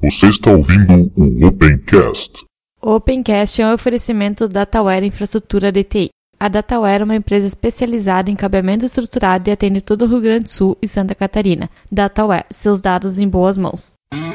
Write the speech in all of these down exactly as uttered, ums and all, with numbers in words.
Você está ouvindo o Opencast. O Opencast é um oferecimento da Dataware Infraestrutura de T I. A Dataware é uma empresa especializada em cabeamento estruturado e atende todo o Rio Grande do Sul e Santa Catarina. Dataware, seus dados em boas mãos.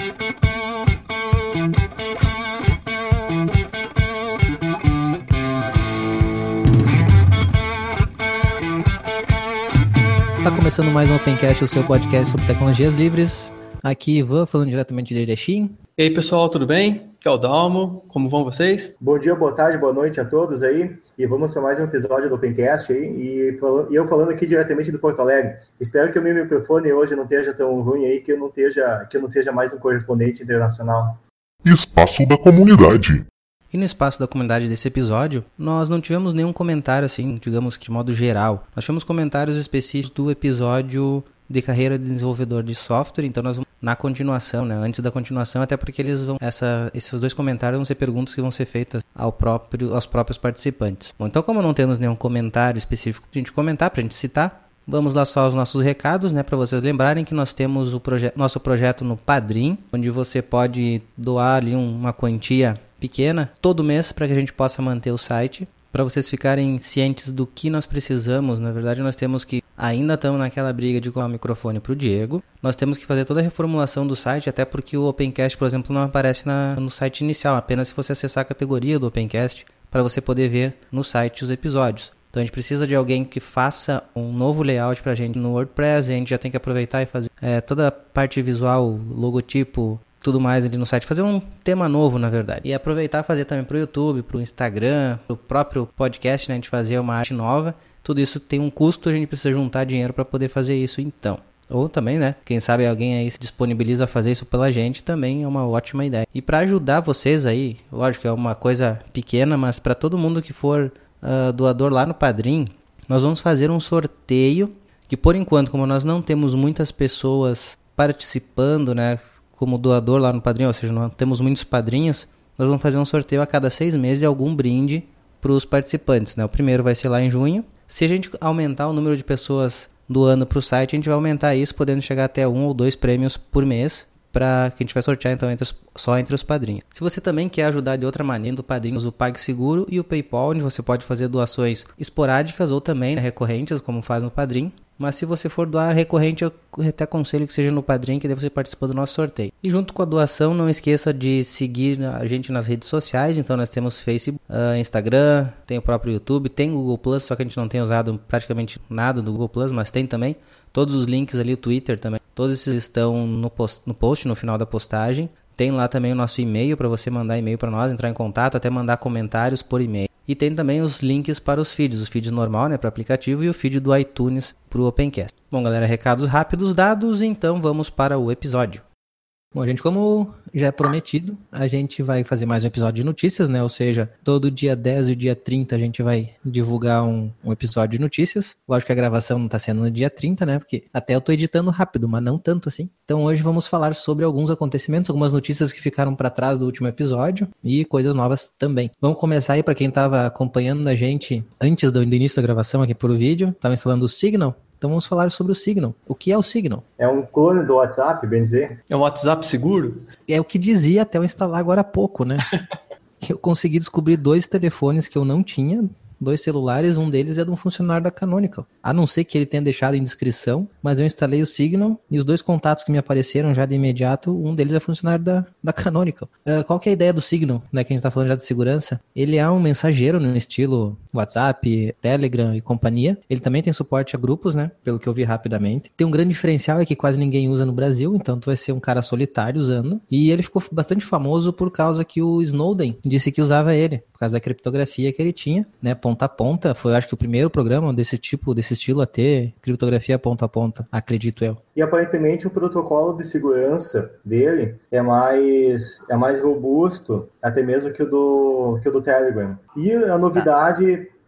Está começando mais um Opencast, o seu podcast sobre tecnologias livres. Aqui Ivan, falando diretamente de Erechim. E aí pessoal, tudo bem? Aqui é o Dalmo, como vão vocês? Bom dia, boa tarde, boa noite a todos aí. E vamos para mais um episódio do Opencast aí. E, falando, e eu falando aqui diretamente do Porto Alegre. Espero que o meu microfone hoje não esteja tão ruim aí, que eu não, esteja, que eu não seja mais um correspondente internacional. Espaço da comunidade. E no espaço da comunidade desse episódio, nós não tivemos nenhum comentário assim, digamos que de modo geral. Nós tivemos comentários específicos do episódio de carreira de desenvolvedor de software, então nós vamos na continuação, né, antes da continuação, até porque eles vão, essa, esses dois comentários vão ser perguntas que vão ser feitas ao próprio, aos próprios participantes. Bom, então como não temos nenhum comentário específico pra gente comentar, pra gente citar, vamos lá só os nossos recados, né, para vocês lembrarem que nós temos o proje- nosso projeto no Padrim, onde você pode doar ali uma quantia pequena todo mês para que a gente possa manter o site. Para vocês ficarem cientes do que nós precisamos, na verdade nós temos que, ainda estamos naquela briga de comprar o microfone para o Diego, nós temos que fazer toda a reformulação do site, até porque o Opencast, por exemplo, não aparece na, no site inicial, apenas se você acessar a categoria do Opencast para você poder ver no site os episódios. Então a gente precisa de alguém que faça um novo layout para a gente no WordPress, a gente já tem que aproveitar e fazer é, toda a parte visual, logotipo, tudo mais ali no site, fazer um tema novo, na verdade. E aproveitar e fazer também pro YouTube, pro Instagram, pro próprio podcast, né, a gente fazer uma arte nova. Tudo isso tem um custo, a gente precisa juntar dinheiro para poder fazer isso então. Ou também, né, quem sabe alguém aí se disponibiliza a fazer isso pela gente, também é uma ótima ideia. E para ajudar vocês aí, lógico que é uma coisa pequena, mas para todo mundo que for uh, doador lá no Padrim, nós vamos fazer um sorteio, que por enquanto, como nós não temos muitas pessoas participando, né, como doador lá no Padrim, ou seja, não temos muitos padrinhos, nós vamos fazer um sorteio a cada seis meses de algum brinde para os participantes, né? O primeiro vai ser lá em junho. Se a gente aumentar o número de pessoas doando para o site, a gente vai aumentar isso, podendo chegar até um ou dois prêmios por mês, para que a gente vai sortear então entre os, só entre os padrinhos. Se você também quer ajudar de outra maneira, do Padrinho, o PagSeguro e o PayPal, onde você pode fazer doações esporádicas ou também, né, recorrentes, como faz no Padrim. Mas se você for doar recorrente, eu até aconselho que seja no Padrim, que daí você participa do nosso sorteio. E junto com a doação, não esqueça de seguir a gente nas redes sociais. Então nós temos Facebook, uh, Instagram, tem o próprio YouTube, tem o Google Plus, só que a gente não tem usado praticamente nada do Google Plus, mas tem também. Todos os links ali, o Twitter também, todos esses estão no post, no post, no final da postagem. Tem lá também o nosso e-mail para você mandar e-mail para nós, entrar em contato, até mandar comentários por e-mail. E tem também os links para os feeds, o feed normal, né, para o aplicativo, e o feed do iTunes para o Opencast. Bom, galera, recados rápidos dados, então vamos para o episódio. Bom, gente, como já é prometido, a gente vai fazer mais um episódio de notícias, né? Ou seja, todo dia dez e dia trinta a gente vai divulgar um, um episódio de notícias. Lógico que a gravação não está sendo no dia trinta, né? Porque até eu tô editando rápido, mas não tanto assim. Então hoje vamos falar sobre alguns acontecimentos, algumas notícias que ficaram para trás do último episódio e coisas novas também. Vamos começar aí para quem estava acompanhando a gente antes do início da gravação aqui por vídeo. Estava instalando o Signal. Então vamos falar sobre o Signal. O que é o Signal? É um clone do WhatsApp, bem dizer. É um WhatsApp seguro? É o que dizia até eu instalar agora há pouco, né? Eu consegui descobrir dois telefones que eu não tinha, dois celulares, um deles é de um funcionário da Canonical. A não ser que ele tenha deixado em descrição, mas eu instalei o Signal e os dois contatos que me apareceram já de imediato, um deles é funcionário da, da Canonical. Uh, qual que é a ideia do Signal, né, que a gente tá falando já de segurança? Ele é um mensageiro no estilo WhatsApp, Telegram e companhia. Ele também tem suporte a grupos, né, pelo que eu vi rapidamente. Tem um grande diferencial é que quase ninguém usa no Brasil, então tu vai ser um cara solitário usando. E ele ficou bastante famoso por causa que o Snowden disse que usava ele, por causa da criptografia que ele tinha, né, ponta a ponta. Foi, acho que, o primeiro programa desse tipo, desse estilo a ter criptografia ponta a ponta, acredito eu. E aparentemente o protocolo de segurança dele é mais, é mais robusto até mesmo que o do, que o do Telegram. E a novidade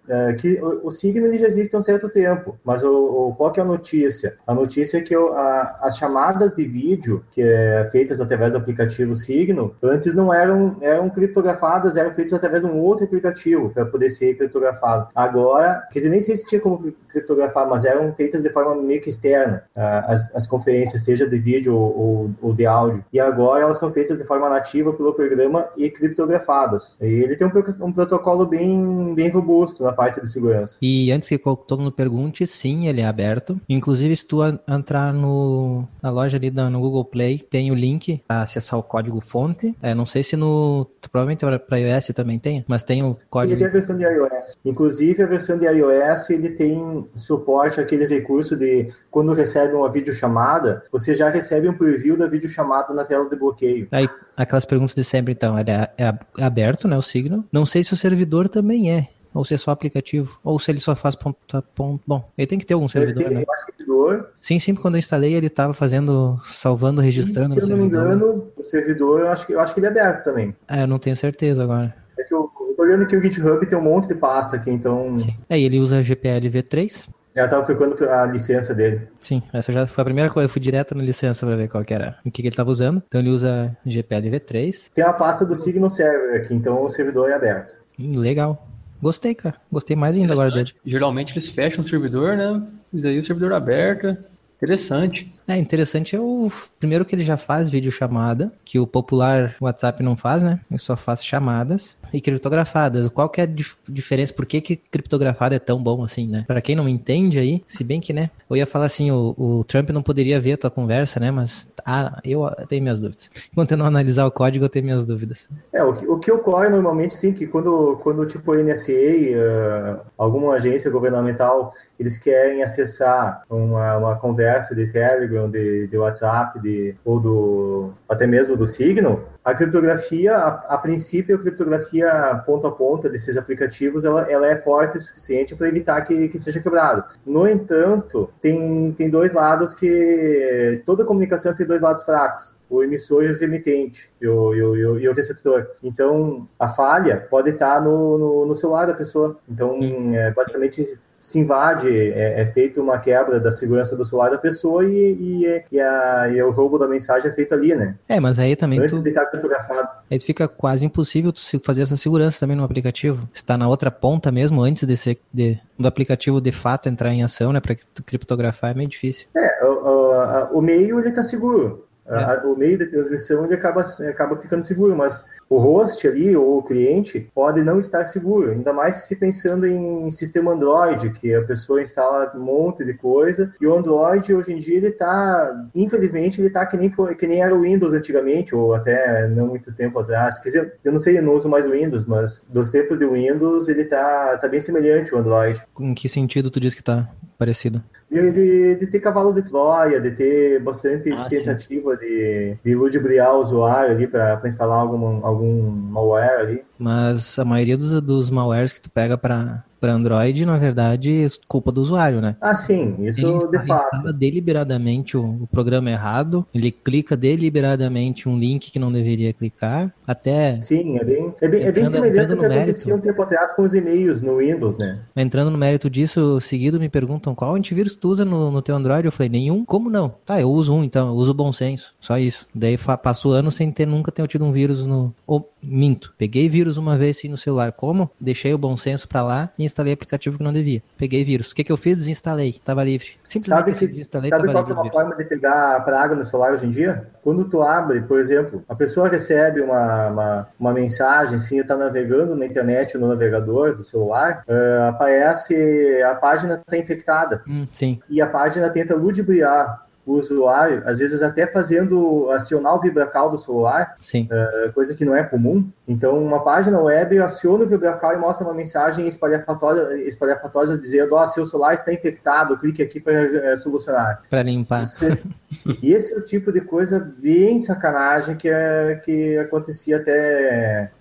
é, que o, o Signal ele já existe há um certo tempo, mas o, o, qual que é a notícia? A notícia é que o, a, as chamadas de vídeo que é feitas através do aplicativo Signal, antes não eram, eram criptografadas, eram feitas através de um outro aplicativo para poder ser criptografado. Agora, quer dizer, nem sei se tinha como criptografar, mas eram feitas de forma meio que externa, as, as conferências, seja de vídeo ou, ou, ou de áudio. E agora elas são feitas de forma nativa pelo programa e criptografadas. E ele tem um, um protocolo bem, bem robusto na parte de segurança. E antes que todo mundo pergunte, sim, ele é aberto. Inclusive, se tu entrar no, na loja ali da, no Google Play, tem o link para acessar o código fonte. É, não sei se no... Provavelmente para iOS também tem, mas tem o código... Sim, tem a versão de iOS. Inclusive, a versão de iOS, ele tem suporte àquele recurso de quando recebe uma videochamada, você já recebe um preview da videochamada na tela de bloqueio. Aí, aquelas perguntas de sempre, então. Ele é, é aberto, né, o Signal. Não sei se o servidor também é. Ou se é só aplicativo, ou se ele só faz ponta, ponta. Bom, ele tem que ter algum servidor, tem, né? servidor. Sim, sempre quando eu instalei, ele estava fazendo, salvando, registrando e, se no eu servidor. não me engano, o servidor, eu acho, que, eu acho que ele é aberto também. É, eu não tenho certeza agora. É que eu, eu tô olhando que o GitHub tem um monte de pasta aqui, então... Sim. É, e ele usa G P L v três. Eu tava procurando a licença dele. Sim, essa já foi a primeira coisa. Eu fui direto na licença para ver qual que era, o que, que ele estava usando. Então ele usa G P L v três. Tem a pasta do Signal Server aqui, então o servidor é aberto. Hum, legal. Gostei, cara. Gostei mais ainda agora dele. Geralmente eles fecham o servidor, né? Mas aí o servidor aberto. Interessante. É, interessante é o primeiro que ele já faz videochamada, que o popular WhatsApp não faz, né? Ele só faz chamadas e criptografadas. Qual que é a dif- diferença? Por que que criptografado é tão bom assim, né? Pra quem não entende aí, se bem que, né? Eu ia falar assim, o, o Trump não poderia ver a tua conversa, né? Mas ah, eu tenho minhas dúvidas. Enquanto eu não analisar o código, eu tenho minhas dúvidas. É, o que, o que ocorre normalmente, sim, que quando, quando tipo o N S A, uh, alguma agência governamental, eles querem acessar uma, uma conversa de Telegram, de, de WhatsApp, de, ou do, até mesmo do Signal, a criptografia, a, a princípio, a criptografia ponto a ponta desses aplicativos, ela, ela é forte o suficiente para evitar que, que seja quebrado. No entanto, tem, tem dois lados que... Toda comunicação tem dois lados fracos. O emissor e o remitente, e o, e, o, e o receptor. Então, a falha pode estar no, no, no celular da pessoa. Então, é, basicamente... se invade, é, é feita uma quebra da segurança do celular da pessoa e, e, e, a, e o roubo da mensagem é feito ali, né? É, mas aí também antes tu... de estar criptografado. Aí fica quase impossível tu fazer essa segurança também no aplicativo. Se tá na outra ponta mesmo, antes de ser, de, do aplicativo de fato entrar em ação, né, para criptografar é meio difícil. É, o, o, o meio ele tá seguro. É. A, o meio de transmissão ele acaba, acaba ficando seguro, mas o host ali, ou o cliente, pode não estar seguro, ainda mais se pensando em sistema Android, que a pessoa instala um monte de coisa, e o Android, hoje em dia, ele tá, infelizmente, ele tá que nem, foi, que nem era o Windows antigamente, ou até não muito tempo atrás. Quer dizer, eu não sei, eu não uso mais o Windows, mas dos tempos de Windows, ele tá, tá bem semelhante ao Android. Em que sentido tu diz que tá parecido? De, de, de ter cavalo de Troia, de ter bastante ah, tentativa de, de ludibriar o usuário ali para instalar algum, algum malware ali. Mas a maioria dos, dos malwares que tu pega para para Android, na verdade, é culpa do usuário, né? Ah, sim, isso ele de instala, fato. Ele instala deliberadamente o, o programa errado, ele clica deliberadamente um link que não deveria clicar, até... Sim, é bem, é bem, entrando, é bem semelhante ao que acontecia um tempo atrás com os e-mails no Windows, né? Entrando no mérito disso, seguido me perguntam qual antivírus tu usa no, no teu Android, eu falei, nenhum? Como não? Tá, eu uso um então, eu uso o bom senso, só isso. Daí passou anos sem ter, nunca ter tido um vírus no... Oh, minto, peguei vírus uma vez sim no celular, como? Deixei o bom senso pra lá e instalei aplicativo que não devia. Peguei vírus. O que que eu fiz? Desinstalei. Tava livre. Simplesmente sabe que, desinstalei, sabe tava qual livre. Sabe qual é uma forma de pegar praga no celular hoje em dia? Quando tu abre, por exemplo, a pessoa recebe uma, uma, uma mensagem, sim, tá navegando na internet ou no navegador do celular, uh, aparece a página tá infectada. Hum, sim. E a página tenta ludibriar o usuário, às vezes até fazendo acionar o vibracal do celular, Sim. Uh, coisa que não é comum. Então, uma página web aciona o vibracal e mostra uma mensagem espalhafatória, espalhafatória dizendo, ó, oh, seu celular está infectado, clique aqui para uh, solucionar. Para limpar. Isso é, e esse é o tipo de coisa bem sacanagem que, é, que acontecia até,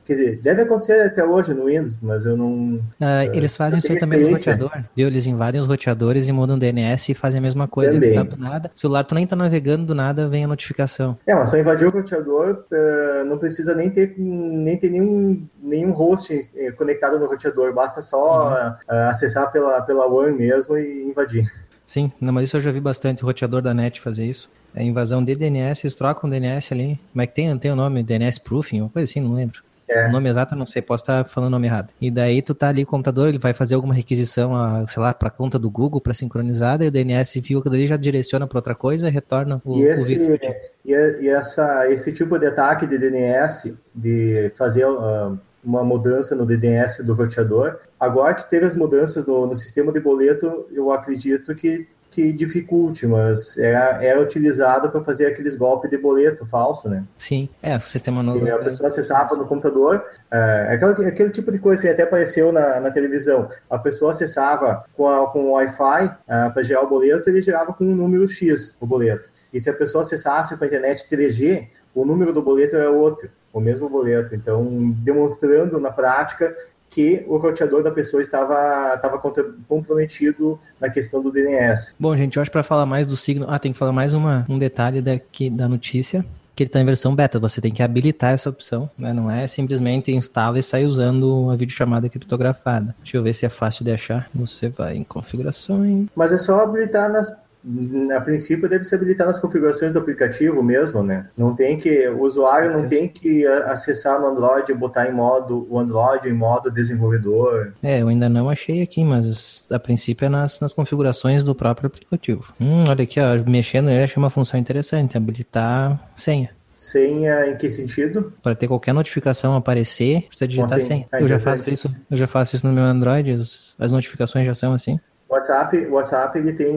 Quer dizer, deve acontecer até hoje no Windows, mas eu não... Uh, eles fazem isso aí também no roteador. Viu? Eles invadem os roteadores e mudam o D N S e fazem a mesma coisa. Tu tá do nada, o celular tu nem tá navegando, do nada vem a notificação. É, mas para invadir o roteador, uh, não precisa nem ter, nem ter nenhum, nenhum host conectado no roteador. Basta só uhum. uh, acessar pela, pela W A N mesmo e invadir. Sim, não, mas isso eu já vi bastante, o roteador da net fazer isso. É invasão de D N S, eles trocam o D N S ali. Como é que tem? Tem o nome? D N S Proofing, uma coisa assim, não lembro. É. O nome exato eu não sei, posso estar falando o nome errado. E daí tu tá ali com o computador, ele vai fazer alguma requisição, a, sei lá, pra conta do Google, pra sincronizar, daí o D N S viu que daí já direciona pra outra coisa e retorna o, e esse, o e, e essa, esse tipo de ataque de D N S, de fazer uh, uma mudança no D N S do roteador, agora que teve as mudanças no, no sistema de boleto, eu acredito que que dificulte, mas é, é utilizado para fazer aqueles golpes de boleto falso, né? Sim, é, o sistema novo. Que a pessoa acessava no computador, é, aquele, aquele tipo de coisa que até apareceu na, na televisão. A pessoa acessava com, a, com o Wi-Fi é, para gerar o boleto, ele gerava com um número X o boleto. E se a pessoa acessasse com a internet três G, o número do boleto era outro, o mesmo boleto. Então, demonstrando na prática que o roteador da pessoa estava, estava comprometido na questão do D N S. Bom, gente, eu acho que para falar mais do signo... Ah, tem que falar mais uma, um detalhe daqui, da notícia, que ele está em versão beta. Você tem que habilitar essa opção, né? Não é simplesmente instala e sai usando a videochamada criptografada. Deixa eu ver se é fácil de achar. Você vai em configurações... Mas é só habilitar nas... A princípio deve se habilitar nas configurações do aplicativo mesmo, né? Não tem que, o usuário não tem que acessar no Android e botar em modo, o Android em modo desenvolvedor. É, eu ainda não achei aqui, mas a princípio é nas, nas configurações do próprio aplicativo. Hum, olha aqui, ó, mexendo nele achei uma função interessante, habilitar senha. Senha em que sentido? Para ter qualquer notificação aparecer, precisa digitar assim? senha. Ah, eu já faço isso, eu já faço isso no meu Android, as, as notificações já são assim. O WhatsApp, o WhatsApp ele tem,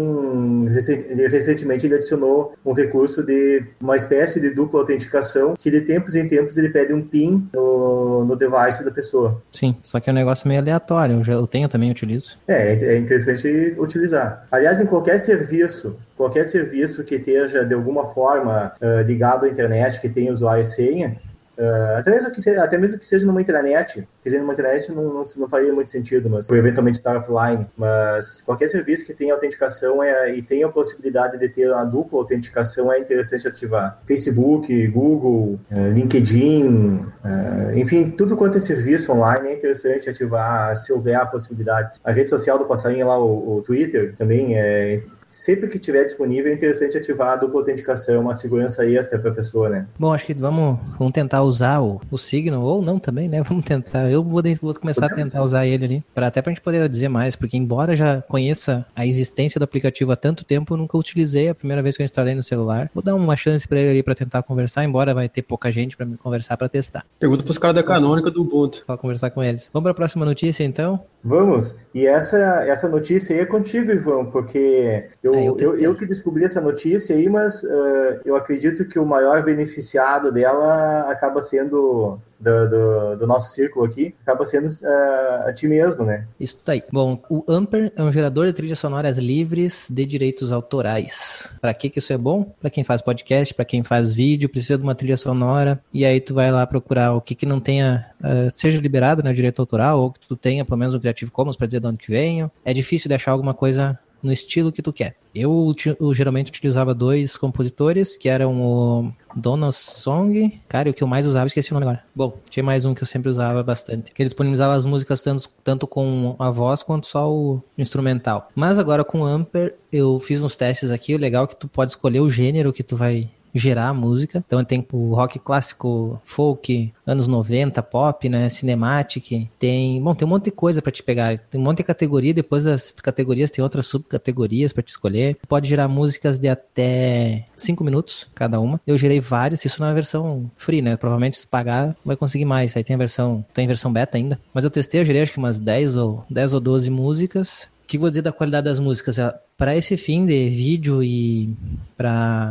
ele, recentemente ele adicionou um recurso de uma espécie de dupla autenticação, que de tempos em tempos ele pede um PIN no, no device da pessoa. Sim, só que é um negócio meio aleatório, eu, já, eu tenho também, utilizo. É, é interessante utilizar. Aliás, em qualquer serviço, qualquer serviço que esteja de alguma forma uh, ligado à internet, que tenha usuário e senha, Uh, até, mesmo que seja, até mesmo que seja numa intranet, quer dizer, numa intranet não, não, não faria muito sentido, mas por eventualmente estar offline, mas qualquer serviço que tenha autenticação é, e tenha a possibilidade de ter uma dupla autenticação é interessante ativar. Facebook, Google, uh, LinkedIn, uh, enfim, tudo quanto é serviço online é interessante ativar se houver a possibilidade. A rede social do passarinho lá, o, o Twitter, também é... Sempre que estiver disponível, é interessante ativar a dupla autenticação, uma segurança extra para a pessoa, né? Bom, acho que vamos, vamos tentar usar o, o Signal, ou não também, né? Vamos tentar. Eu vou, vou começar Podemos. a tentar usar ele ali, pra, até para a gente poder dizer mais, porque embora já conheça a existência do aplicativo há tanto tempo, eu nunca utilizei, a primeira vez que eu instalei no celular. Vou dar uma chance para ele ali para tentar conversar, embora vai ter pouca gente para me conversar para testar. Pergunta pros caras da Canônica do Ubuntu. Só conversar com eles. Vamos para a próxima notícia, então? Vamos. E essa, essa notícia aí é contigo, Ivan, porque... Eu, é, eu, eu, eu que descobri essa notícia aí, mas uh, eu acredito que o maior beneficiado dela acaba sendo, do, do, do nosso círculo aqui, acaba sendo uh, a ti mesmo, né? Isso aí. Bom, o Ampere é um gerador de trilhas sonoras livres de direitos autorais. Para que que isso é bom? Para quem faz podcast, para quem faz vídeo, precisa de uma trilha sonora, e aí tu vai lá procurar o que que não tenha, uh, seja liberado, né, direito autoral, ou que tu tenha pelo menos o Creative Commons para dizer de onde que venha. É difícil de achar alguma coisa no estilo que tu quer. Eu, eu geralmente utilizava dois compositores, que eram o Donos Song, cara, e o que eu mais usava, esqueci o nome agora. Bom, tinha mais um que eu sempre usava bastante, que ele disponibilizava as músicas tanto, tanto com a voz quanto só o instrumental. Mas agora com o Ampere, eu fiz uns testes aqui, o legal é que tu pode escolher o gênero que tu vai gerar a música. Então tem o rock clássico, folk, anos noventa, pop, né, cinematic, tem, bom, tem um monte de coisa pra te pegar, tem um monte de categoria, depois das categorias tem outras subcategorias pra te escolher. Tu pode gerar músicas de até cinco minutos cada uma. Eu gerei várias, isso na versão free, né, provavelmente se pagar vai conseguir mais. Aí tem a versão, tem versão beta ainda, mas eu testei, eu gerei acho que umas dez ou doze músicas. O que vou dizer da qualidade das músicas? Para esse fim de vídeo e para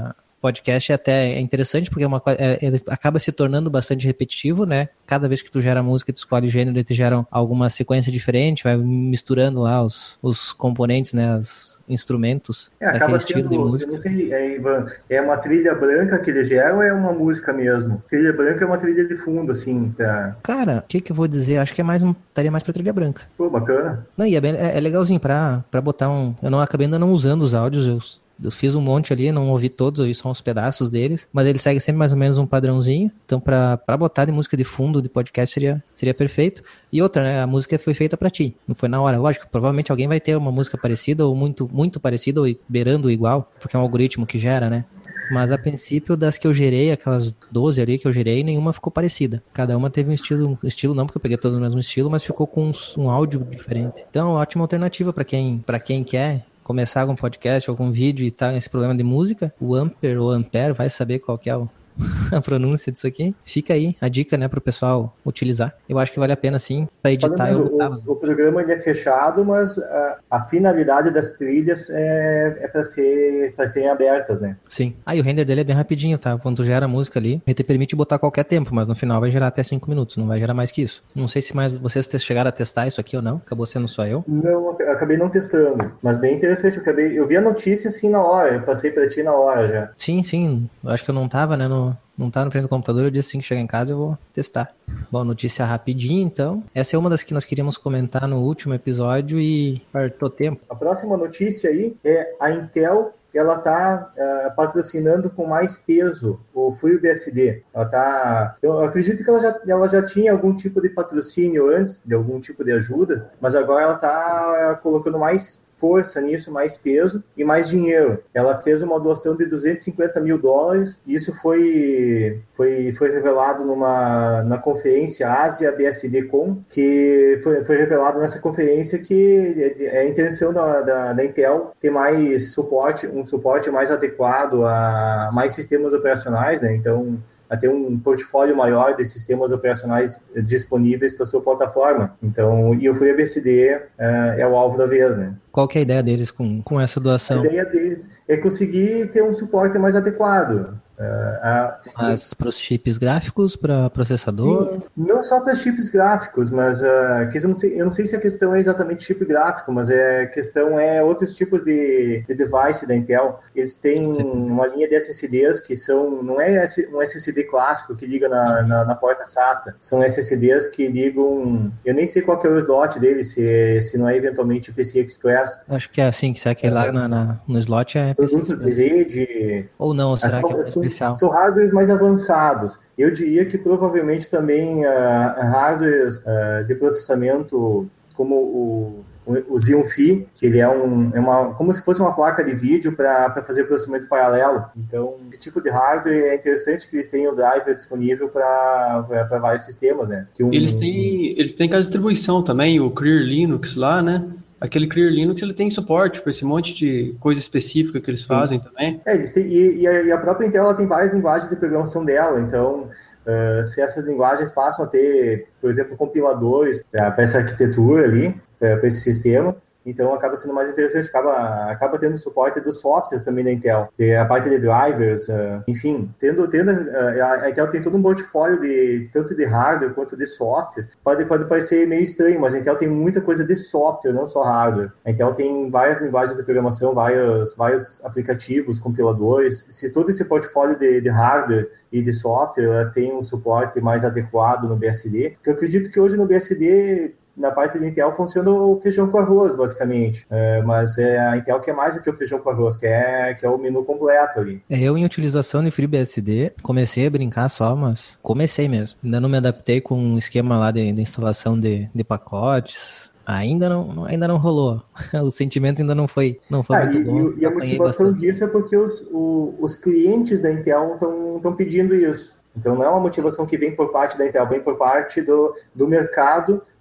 podcast é até é interessante, porque é uma, é, ele acaba se tornando bastante repetitivo, né? Cada vez que tu gera música, tu escolhe o gênero e tu gera alguma sequência diferente, vai misturando lá os, os componentes, né? Os instrumentos é, daquele acaba estilo sendo, de música. eu não sei, é, Ivan, é uma trilha branca que eles geram ou é uma música mesmo? Trilha branca é uma trilha de fundo, assim, pra... Cara, o que que eu vou dizer? Acho que é mais um, estaria mais pra trilha branca. Pô, bacana. Não, e é, bem, é, é legalzinho pra, pra botar um... Eu não acabei ainda não usando os áudios, eu, eu fiz um monte ali, não ouvi todos, ouvi só uns pedaços deles, mas ele segue sempre mais ou menos um padrãozinho, então pra, pra botar de música de fundo de podcast seria, seria perfeito. E outra, né, a música foi feita pra ti, não foi na hora. Lógico, provavelmente alguém vai ter uma música parecida ou muito, muito parecida ou beirando igual, porque é um algoritmo que gera, né? Mas a princípio, das que eu gerei, aquelas doze ali que eu gerei, nenhuma ficou parecida. Cada uma teve um estilo, estilo não porque eu peguei todas no mesmo estilo, mas ficou com um, um áudio diferente. Então, ótima alternativa para quem, para quem quer começar algum podcast, algum vídeo e tá esse problema de música. O Ampere ou Ampere vai saber qual que é o a pronúncia disso aqui. Fica aí a dica, né, pro pessoal utilizar. Eu acho que vale a pena, sim, para editar. Lembrando, eu botava. o, o programa ele é fechado, mas a, a finalidade das trilhas é, é para ser, para serem abertas, né? Sim. Ah, e o render dele é bem rapidinho, tá? Quando tu gera a música ali, ele te permite botar qualquer tempo, mas no final vai gerar até cinco minutos, não vai gerar mais que isso. Não sei se mais vocês chegaram a testar isso aqui ou não, acabou sendo só eu. Não, eu acabei não testando, mas bem interessante. Eu, acabei, eu vi a notícia assim na hora, eu passei para ti na hora já. Sim, sim. Eu acho que eu não tava, né, no... Não tá no frente do computador, eu disse assim que chegar em casa eu vou testar. Bom, notícia rapidinha então. Essa é uma das que nós queríamos comentar no último episódio e faltou tempo. A próxima notícia aí é a Intel, ela está uh, patrocinando com mais peso o FreeBSD. Ela tá, eu acredito que ela já, ela já tinha algum tipo de patrocínio antes, de algum tipo de ajuda, mas agora ela está colocando mais força nisso, mais peso e mais dinheiro. Ela fez uma doação de duzentos e cinquenta mil dólares e isso foi, foi, foi revelado numa, na conferência Asia B S D Com, que foi, foi revelado nessa conferência que é a intenção da, da, da Intel ter mais suporte, um suporte mais adequado a mais sistemas operacionais, né? Então, a ter um portfólio maior de sistemas operacionais disponíveis para sua plataforma. Então, e o FreeBSD uh, é o alvo da vez, né? Qual que é a ideia deles com, com essa doação? A ideia deles é conseguir ter um suporte mais adequado. Uh, a... Mas para os chips gráficos, para processador? Sim, não só para chips gráficos, mas uh, eu, não sei, eu não sei se a questão é exatamente chip gráfico, mas é, a questão é outros tipos de, de device da Intel. Eles têm Sim. uma linha de S S Ds que são, não é um S S D clássico que liga na, na, na porta SATA, são S S Ds que ligam, eu nem sei qual que é o slot deles, se, se não é eventualmente P C I Express. Acho que é assim, que será que é lá na, na, no slot é P C I Express. Produtos de rede... Ou não, será que é especial? São hardwares mais avançados. Eu diria que provavelmente também uh, hardwares uh, de processamento como o, o Xeon Phi, que ele é, um, é uma, como se fosse uma placa de vídeo para fazer processamento paralelo. Então, esse tipo de hardware é interessante que eles tenham o driver disponível para vários sistemas, né? Que um, eles têm eles têm com a distribuição também, o Clear Linux lá, né? Aquele Clear Linux, ele tem suporte para esse monte de coisa específica que eles Sim. fazem também. É, eles têm, e, e, a, e a própria Intel ela tem várias linguagens de programação dela, então uh, se essas linguagens passam a ter, por exemplo, compiladores para essa arquitetura ali, para esse sistema, então acaba sendo mais interessante, acaba, acaba tendo suporte dos softwares também da Intel, a parte de drivers, uh, enfim, tendo, tendo uh, a Intel tem todo um portfólio de, tanto de hardware quanto de software, pode, pode parecer meio estranho, mas a Intel tem muita coisa de software, não só hardware. A Intel tem várias linguagens de programação, vários, vários aplicativos, compiladores, se todo esse portfólio de, de hardware e de software tem um suporte mais adequado no B S D, que eu acredito que hoje no B S D na parte da Intel funciona o feijão com arroz, basicamente. É, mas é a Intel que é mais do que o feijão com arroz, que é, que é o menu completo ali. É, eu, em utilização de FreeBSD, comecei a brincar só, mas comecei mesmo. Ainda não me adaptei com um esquema lá de, de instalação de, de pacotes. Ainda não, ainda não rolou. O sentimento ainda não foi, não foi ah, muito e, bom. E a motivação bastante. disso é porque os, o, os clientes da Intel estão pedindo isso. Então não é uma motivação que vem por parte da Intel, vem por parte do, do mercado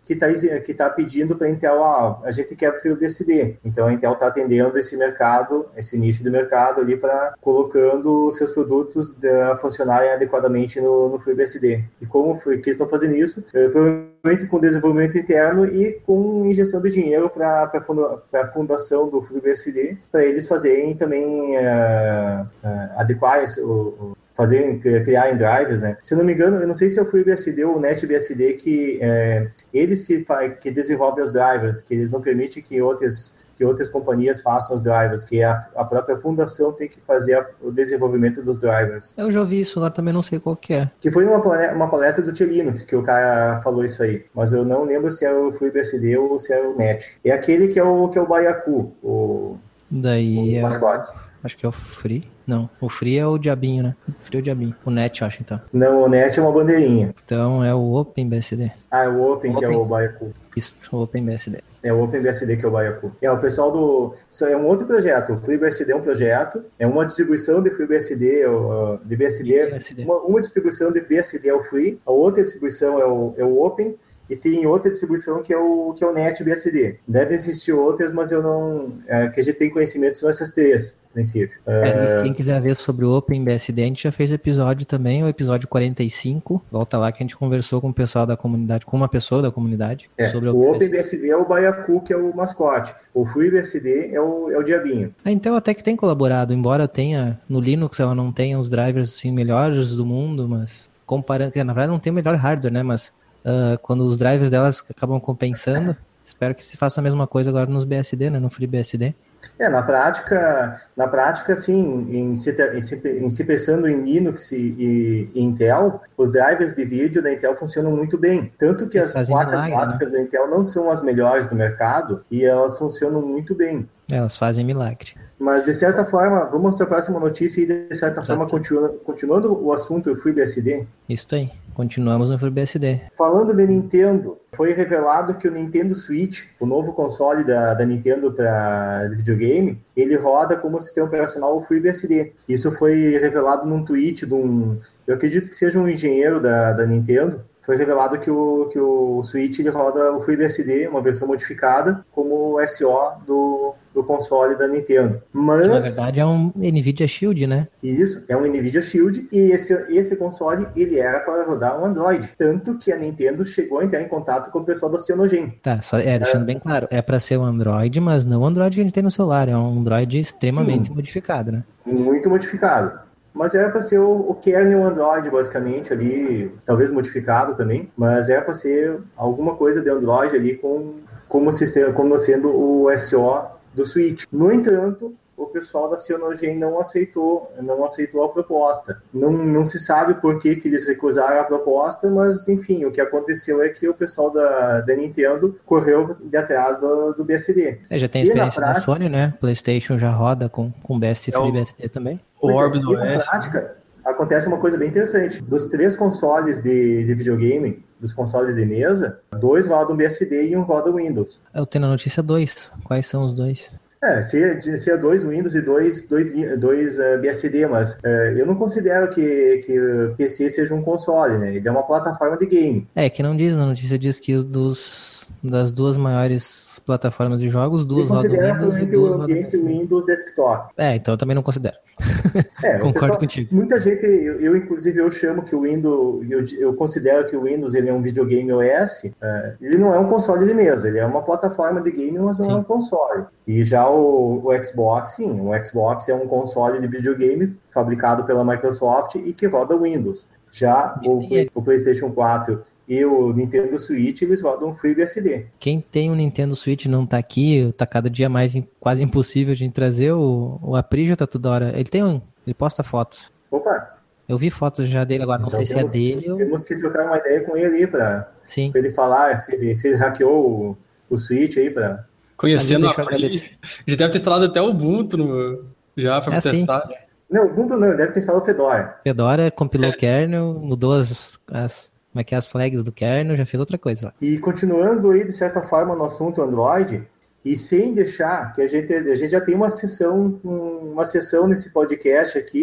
que está que tá pedindo para a Intel, ah, a gente quer FreeBSD. Então a Intel está atendendo esse mercado, esse nicho de mercado ali, para colocando seus produtos a funcionarem adequadamente no, no FreeBSD. E como foi que eles estão fazendo isso? É, provavelmente com desenvolvimento interno e com injeção de dinheiro para a fundação do FreeBSD, para eles fazerem também uh, uh, adequar o, o fazer, criar em drivers, né? Se eu não me engano, eu não sei se é o FreeBSD ou o NetBSD que é, eles que, que desenvolvem os drivers, que eles não permitem que outras, que outras companhias façam os drivers, que a, a própria fundação tem que fazer a, o desenvolvimento dos drivers. Eu já ouvi isso, agora também não sei qual que é. Que foi uma, uma palestra do T-Linux que o cara falou isso aí, mas eu não lembro se é o FreeBSD ou se é o Net. É aquele que é o, que é o Baiacu, o, Daí o é mascote. Acho que é o Free. Não, o Free é o diabinho, né? O Free é o diabinho. O Net, eu acho, então. Não, o Net é uma bandeirinha. Então é o OpenBSD. Ah, é o Open, Open. que é o Baiacu. Isso, o OpenBSD. É o OpenBSD que é o Baiacu. É, o pessoal do... Isso é um outro projeto. O FreeBSD é um projeto. É uma distribuição de FreeBSD, uh, de B S D. B S D. Uma, uma distribuição de B S D é o Free. A outra distribuição é o, é o Open. E tem outra distribuição que é o, que é o NetBSD. Devem existir outras, mas eu não... É, que a gente tem conhecimento são essas três, no princípio. É, e quem quiser ver sobre o OpenBSD, a gente já fez episódio também, o episódio quarenta e cinco. Volta lá que a gente conversou com o pessoal da comunidade, com uma pessoa da comunidade. É, sobre o OpenBSD é o Baiacu, que é o mascote. O FreeBSD é o, é o diabinho. A Intel até que tem colaborado, embora tenha, no Linux ela não tenha os drivers assim, melhores do mundo, mas comparando, na verdade não tem o melhor hardware, né, mas Uh, quando os drivers delas acabam compensando, espero que se faça a mesma coisa agora nos B S D, né, no FreeBSD. É, na prática, na prática, sim, em se, em se, em se pensando em Linux e, e, e Intel, os drivers de vídeo da Intel funcionam muito bem. Tanto que Eles as placas milagre, gráficas né? da Intel não são as melhores do mercado e elas funcionam muito bem. Elas fazem milagre. Mas, de certa forma, vamos para a próxima notícia e, de certa Exato. forma, continua, continuando o assunto do FreeBSD. Isso aí. Continuamos no FreeBSD. Falando de Nintendo, foi revelado que o Nintendo Switch, o novo console da, da Nintendo para videogame, ele roda como sistema operacional o FreeBSD. Isso foi revelado num tweet de um... Eu acredito que seja um engenheiro da, da Nintendo. Foi revelado que o, que o Switch ele roda o FreeBSD, uma versão modificada, como o S O do, do console da Nintendo. Mas, na verdade é um NVIDIA Shield, né? Isso, é um NVIDIA Shield, e esse, esse console ele era para rodar um Android. Tanto que a Nintendo chegou a entrar em contato com o pessoal da Cyanogen. Tá, só, é, deixando é, bem claro, é para ser um Android, mas não o Android que a gente tem no celular, é um Android extremamente sim, modificado, né? Muito modificado. Mas era para ser o, o kernel Android, basicamente, ali, talvez modificado também, mas era para ser alguma coisa de Android ali com, como, sistema, como sendo o S O do Switch. No entanto, o pessoal da Cyanogen não aceitou, não aceitou a proposta. Não, não se sabe por que, que eles recusaram a proposta, mas, enfim, o que aconteceu é que o pessoal da, da Nintendo correu de atrás do, do B S D. É, já tem experiência na, prática, na Sony, né? PlayStation já roda com, com B S D, Free B S D também. O Orb do é, na prática, acontece uma coisa bem interessante. Dos três consoles de, de videogame, dos consoles de mesa, dois rodam B S D e um roda Windows. Eu tenho na notícia dois. Quais são os dois? É, se é dois Windows e dois, dois, dois uh, B S D, mas uh, eu não considero que, que o P C seja um console, né? Ele é uma plataforma de game. É, que não diz, na notícia diz que dos, das duas maiores plataformas de jogos, duas rodam Windows e duas rodam o ambiente Windows Desktop. É, então eu também não considero. É, Concordo pessoal, contigo. Muita gente, eu, eu inclusive eu chamo que o Windows, eu, eu considero que o Windows ele é um videogame O S, uh, ele não é um console de mesa, ele é uma plataforma de game, mas não sim, é um console. E já o, o Xbox, sim, o Xbox é um console de videogame fabricado pela Microsoft e que roda Windows. Já o, Play, o PlayStation quatro e o Nintendo Switch, eles rodam FreeBSD. Quem tem o Nintendo Switch não tá aqui, tá cada dia mais quase impossível de trazer, o, o Aprija tá toda hora. Ele tem um, ele posta fotos. Opa! Eu vi fotos já dele agora, não então, sei temos, se é dele ou... Temos que trocar uma ideia com ele aí pra, pra ele falar se ele, se ele hackeou o, o Switch aí pra... Conhecendo a Aprija, já deve ter instalado até o Ubuntu no, já pra é testar. Assim. Não, Ubuntu não, ele deve ter instalado o Fedora. Fedora compilou o é. kernel, mudou as... as... Como é que é as flags do kernel, já fez outra coisa lá. E continuando aí, de certa forma, no assunto Android, e sem deixar, que a gente, a gente já tem uma sessão, uma sessão nesse podcast aqui,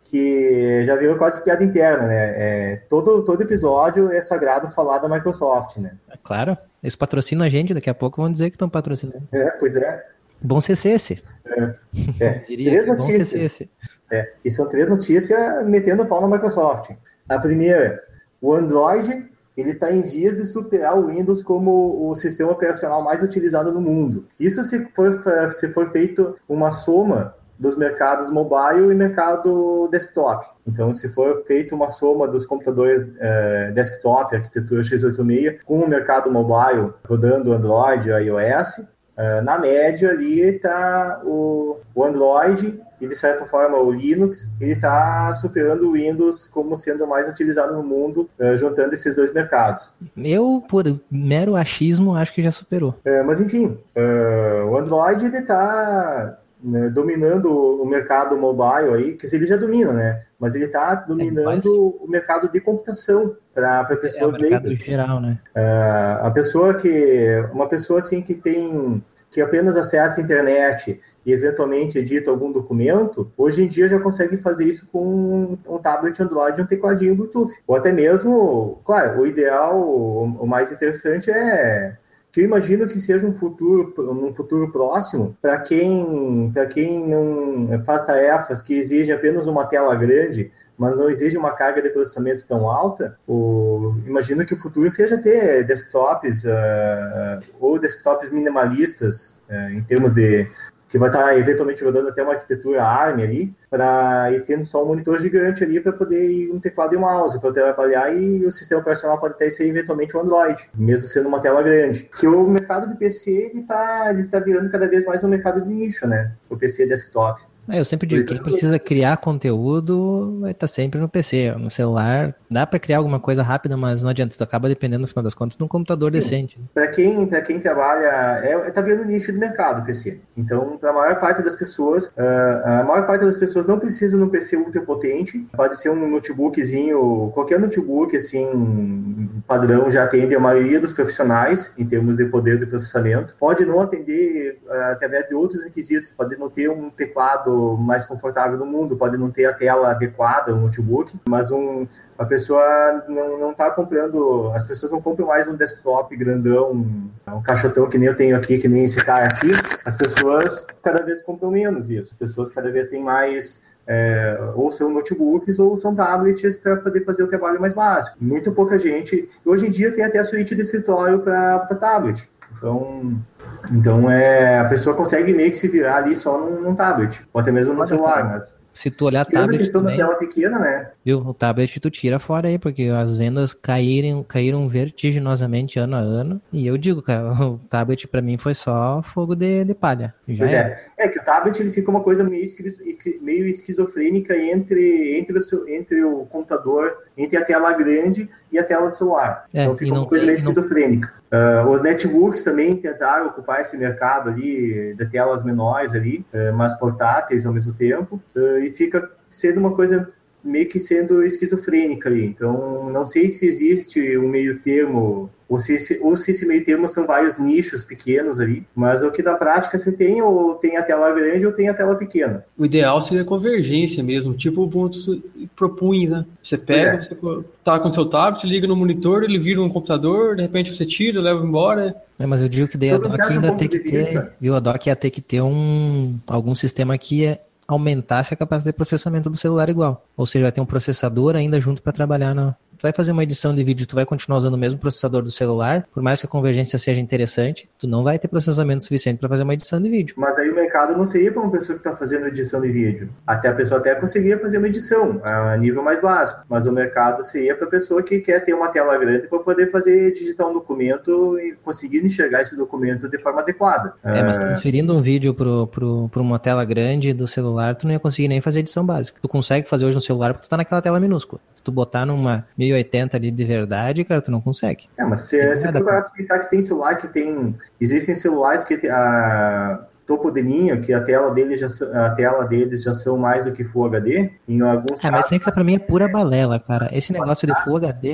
que já virou quase piada interna, né? É, todo, todo episódio é sagrado falar da Microsoft, né? Claro, eles patrocinam a gente, daqui a pouco vão dizer que estão patrocinando. É, pois é. Bom C C esse. É, é. Diria, três bom notícias. C C esse. É, e são três notícias metendo pau na Microsoft. A primeira, o Android, ele está em vias de superar o Windows como o sistema operacional mais utilizado no mundo. Isso se for, se for feito uma soma dos mercados mobile e mercado desktop. Então, se for feita uma soma dos computadores eh, desktop, arquitetura x oitenta e seis, com o mercado mobile rodando Android e iOS, eh, na média ali está o, o Android e, de certa forma, o Linux, ele está superando o Windows como sendo o mais utilizado no mundo, eh, juntando esses dois mercados. Eu, por mero achismo, acho que já superou. Eh, mas, enfim, eh, o Android ele está... né, dominando o mercado mobile aí, que ele já domina, né? Mas ele está dominando é, o mercado de computação para pessoas leigas. É o mercado leigas. geral, né? Uh, a pessoa que, uma pessoa assim que tem, que apenas acessa a internet e eventualmente edita algum documento, hoje em dia já consegue fazer isso com um, um tablet Android e um tecladinho Bluetooth. Ou até mesmo, claro, o ideal, o, o mais interessante é que eu imagino que seja um futuro, um futuro próximo, para quem, para quem não faz tarefas que exigem apenas uma tela grande, mas não exige uma carga de processamento tão alta, o, imagino que o futuro seja ter desktops uh, ou desktops minimalistas, uh, em termos de... que vai estar eventualmente rodando até uma arquitetura ARM ali, para ir tendo só um monitor gigante ali para poder ir um teclado e um mouse para trabalhar, e o sistema operacional pode até ser eventualmente um Android, mesmo sendo uma tela grande. Porque o mercado de P C ele está ele tá virando cada vez mais um mercado de nicho, né? O P C desktop. É, eu sempre digo, quem precisa criar conteúdo vai estar sempre no P C, no celular. Dá para criar alguma coisa rápida, mas não adianta, tu acaba dependendo, no final das contas, de um computador Sim. decente. Para quem, para quem trabalha, é, tá virando nicho de mercado o P C. Então, para a maior parte das pessoas, uh, a maior parte das pessoas não precisa de um P C ultra potente, pode ser um notebookzinho, qualquer notebook, assim, padrão, já atende a maioria dos profissionais, em termos de poder de processamento. Pode não atender uh, através de outros requisitos, pode não ter um teclado mais confortável do mundo, pode não ter a tela adequada, um notebook, mas um, a pessoa não, não tá comprando, as pessoas não compram mais um desktop grandão, um, um caixotão que nem eu tenho aqui, que nem esse cara aqui, as pessoas cada vez compram menos isso, as pessoas cada vez têm mais, é, ou são notebooks ou são tablets para poder fazer o trabalho mais básico. Muito pouca gente, hoje em dia tem até a suíte de escritório para tablet, então... Então, é, a pessoa consegue meio que se virar ali só num, num tablet, ou até mesmo no Pode celular. Mas... Se tu olhar tablet a questão também, da tela pequena, né? Viu? O tablet tu tira fora aí, porque as vendas caíram, caíram vertiginosamente ano a ano. E eu digo, cara, o tablet pra mim foi só fogo de, de palha. Já pois é. é. É que o tablet ele fica uma coisa meio, meio esquizofrênica entre, entre, o, entre o computador, entre a tela grande e a tela do celular. É, então fica uma coisa tem, meio esquizofrênica. Não... Uh, os netbooks também tentaram ocupar esse mercado ali de telas menores ali, uh, mas portáteis ao mesmo tempo, uh, e fica sendo uma coisa meio que sendo esquizofrênica ali. Então, não sei se existe um meio termo, ou se, ou se esse meio termo são vários nichos pequenos ali, mas o que na prática você tem, ou tem a tela grande ou tem a tela pequena. O ideal seria a convergência mesmo, tipo o Ubuntu propunha, né? Você pega, é. você tá com seu tablet, liga no monitor, ele vira um computador, de repente você tira, leva embora. É, mas eu digo que daí a dock ainda tem que ter, viu? A dock ia ter que ter um, algum sistema que é aumentasse a capacidade de processamento do celular igual. Ou seja, vai ter um processador ainda junto para trabalhar na... Tu vai fazer uma edição de vídeo, tu vai continuar usando o mesmo processador do celular, por mais que a convergência seja interessante, tu não vai ter processamento suficiente para fazer uma edição de vídeo. Mas aí o mercado não seria para uma pessoa que está fazendo edição de vídeo. Até a pessoa até conseguiria fazer uma edição a nível mais básico, mas o mercado seria para a pessoa que quer ter uma tela grande para poder fazer, digitar um documento e conseguir enxergar esse documento de forma adequada. É, mas transferindo um vídeo para uma tela grande do celular, tu não ia conseguir nem fazer edição básica. Tu consegue fazer hoje no celular porque tu tá naquela tela minúscula. Se tu botar numa mil e oitenta ali de verdade, cara, tu não consegue. É, mas se você for parar pra pensar que tem celular que tem... Existem celulares que tem a topo de linha, que a tela deles já, a tela deles já são mais do que Full H D. Em alguns é, mas isso aí pra mim é pura balela, cara. Esse negócio de Full H D...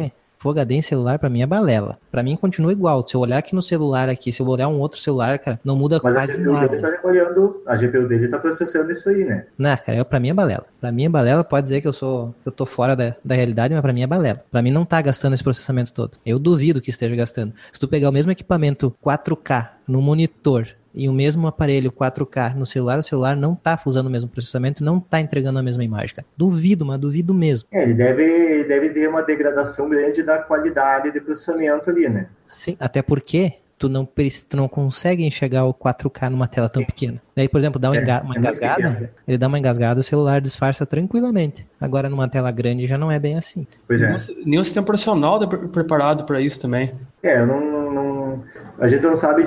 Full H D em celular pra mim é balela. Pra mim continua igual. Se eu olhar aqui no celular aqui, se eu olhar um outro celular, cara, não muda Mas quase a G P U nada. dele tá olhando, a G P U dele tá processando isso aí, né? Não, cara, eu, pra mim é balela. Pra mim é balela, pode dizer que eu sou, eu tô fora da, da realidade, mas pra mim é balela. Pra mim não tá gastando esse processamento todo. Eu duvido que esteja gastando. Se tu pegar o mesmo equipamento quatro K no monitor e o mesmo aparelho quatro K no celular, o celular não tá usando o mesmo processamento, não tá entregando a mesma imagem, cara. Duvido, mas duvido mesmo. É, ele deve, deve ter uma degradação grande da qualidade de processamento ali, né? Sim, até porque tu não, tu não consegue enxergar o quatro K numa tela tão Sim. pequena. Daí, por exemplo, dá uma, enga- uma é engasgada, ele dá uma engasgada, o celular disfarça tranquilamente. Agora, numa tela grande já não é bem assim. Pois é. Nenhum sistema operacional é preparado para isso também. É, eu não, não... A gente não sabe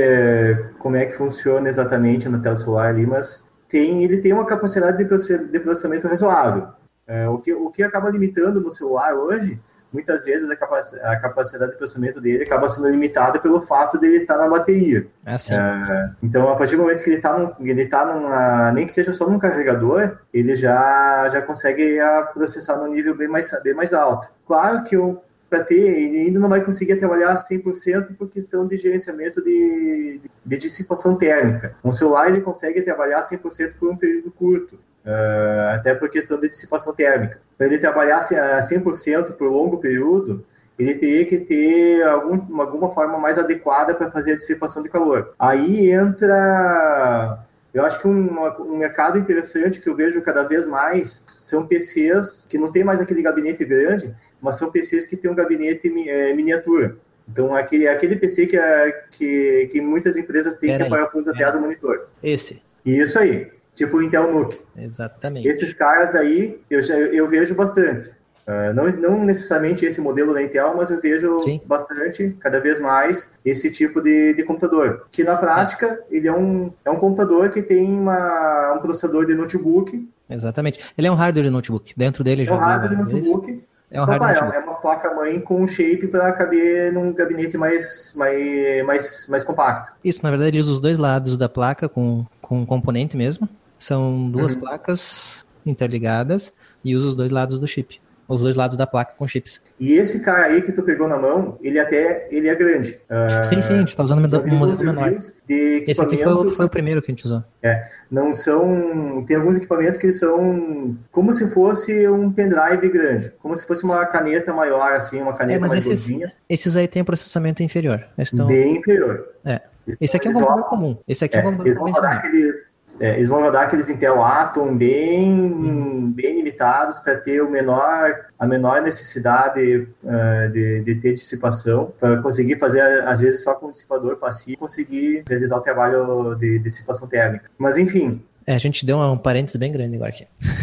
dizer como é que funciona exatamente na tela do celular ali, mas tem, ele tem uma capacidade de processamento razoável. É, o, que, o que acaba limitando no celular hoje, muitas vezes a, capac, a capacidade de processamento dele acaba sendo limitada pelo fato dele estar na bateria. É sim. É, então, a partir do momento que ele está ele tá numa, nem que seja só num carregador, ele já, já consegue processar num nível bem mais, bem mais alto. Claro que o para ter, ele ainda não vai conseguir trabalhar cem por cento por questão de gerenciamento de, de dissipação térmica. Um celular ele consegue trabalhar cem por cento por um período curto, uh, até por questão de dissipação térmica. Para ele trabalhar cem por cento por longo período, ele teria que ter algum, alguma forma mais adequada para fazer a dissipação de calor. Aí entra... Eu acho que um, um mercado interessante que eu vejo cada vez mais são P Cs que não tem mais aquele gabinete grande, mas são P Cs que tem um gabinete é, miniatura. Então, aquele, aquele P C que, é, que, que muitas empresas têm, Pera que é parafuso até do monitor. Esse. Isso aí, tipo o Intel Nuke. Exatamente. Esses caras aí, eu, já, eu vejo bastante. Uh, não, não necessariamente esse modelo da Intel, mas eu vejo Sim. bastante, cada vez mais, esse tipo de, de computador. Que na prática, é. ele é um, é um computador que tem uma, um processador de notebook. Exatamente. Ele é um hardware de notebook. Dentro dele já é um hardware de notebook. É, um hardware então, é uma placa-mãe com um shape para caber num gabinete mais, mais, mais, mais compacto. Isso, na verdade, ele usa os dois lados da placa com, com um componente mesmo. São duas uhum. placas interligadas e usa os dois lados do chip. Os dois lados da placa com chips. E esse cara aí que tu pegou na mão, ele até ele é grande. Uh, sim, sim, a gente está usando um modelo menor. Esse aqui foi, foi o primeiro que a gente usou. É, não são... Tem alguns equipamentos que eles são como se fosse um pendrive grande. Como se fosse uma caneta maior, assim, uma caneta é, mas mais esses, gordinha. Esses aí tem processamento inferior. Estão... Bem inferior. É. Esse aqui é um computador comum. Esse aqui é, é um computador convencional. É, eles vão rodar aqueles Intel Atom bem, hum. bem limitados para ter o menor, a menor necessidade uh, de, de ter dissipação, para conseguir fazer, às vezes, só com dissipador passivo, conseguir realizar o trabalho de, de dissipação térmica. Mas, enfim... É, a gente deu um parênteses bem grande agora aqui.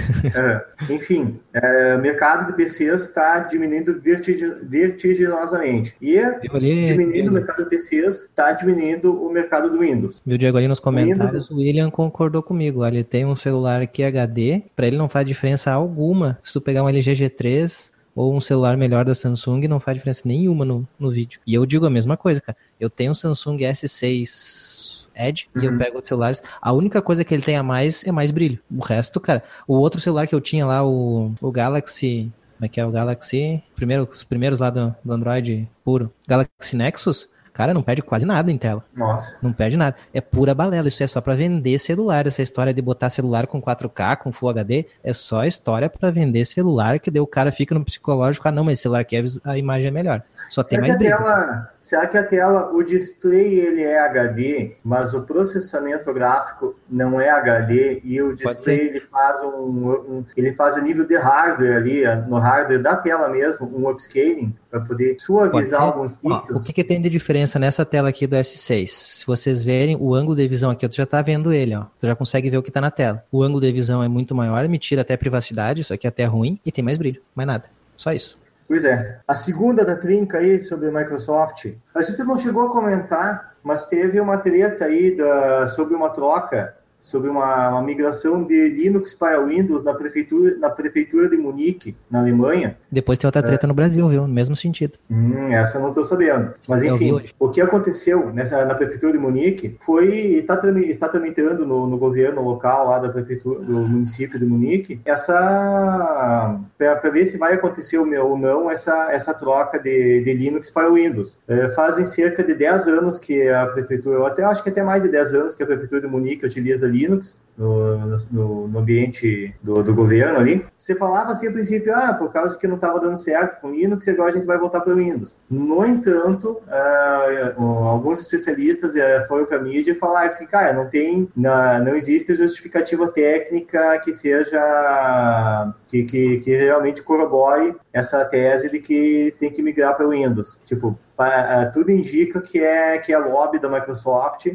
é, enfim, o mercado de P Cs está diminuindo vertig- vertiginosamente. E ali, diminuindo o mercado de P Cs, está diminuindo o mercado do Windows. Viu, Diego, ali nos comentários, o, Windows... o William concordou comigo. Ele tem um celular Q H D, para ele não faz diferença alguma se tu pegar um L G G três ou um celular melhor da Samsung, não faz diferença nenhuma no, no vídeo. E eu digo a mesma coisa, cara. Eu tenho um Samsung S seis... Edge, uhum. e eu pego outros celulares, a única coisa que ele tem a mais é mais brilho. O resto, cara, o outro celular que eu tinha lá, o, o Galaxy, como é que é o Galaxy, primeiro, os primeiros lá do, do Android puro, Galaxy Nexus, cara, não perde quase nada em tela. Nossa. Não perde nada. É pura balela, isso é só pra vender celular, essa história de botar celular com quatro K, com Full H D, é só história pra vender celular, que daí o cara fica no psicológico, ah não, mas esse celular aqui a imagem é melhor. Só tem mais brilho. Tela, será que a tela, o display ele é H D, mas o processamento gráfico não é H D e o display ele faz um, um ele faz a nível de hardware ali, no hardware da tela mesmo, um upscaling para poder suavizar alguns pixels. Ó, o que, que tem de diferença nessa tela aqui do S seis? Se vocês verem o ângulo de visão aqui, tu já tá vendo ele, ó. Tu já consegue ver o que tá na tela. O ângulo de visão é muito maior, me tira até privacidade, isso aqui é até ruim e tem mais brilho, mais nada. Só isso. Pois é. A segunda da trinca aí sobre a Microsoft, a gente não chegou a comentar, mas teve uma treta aí da, sobre uma troca sobre uma, uma migração de Linux para Windows na prefeitura, na prefeitura de Munique, na Alemanha. Depois tem outra treta é. no Brasil, viu? No mesmo sentido. Hum, essa eu não estou sabendo. Mas enfim, o que aconteceu nessa, na prefeitura de Munique foi, está, está tramitando no, no governo local lá da prefeitura, do município de Munique, essa, para ver se vai acontecer ou não essa, essa troca de, de Linux para Windows. É, fazem cerca de dez anos que a prefeitura, eu até acho que até mais de dez anos que a prefeitura de Munique utiliza Linux no, no, no ambiente do, do governo ali. Você falava assim a princípio, ah, por causa que não estava dando certo com Linux, agora a gente vai voltar para o Windows. No entanto, uh, alguns especialistas uh, foram para a mídia e falaram assim, cara, não tem, não, não existe justificativa técnica que seja, que, que, que realmente corrobore essa tese de que eles têm que migrar para o Windows. Tipo, pra, uh, tudo indica que é, que é lobby da Microsoft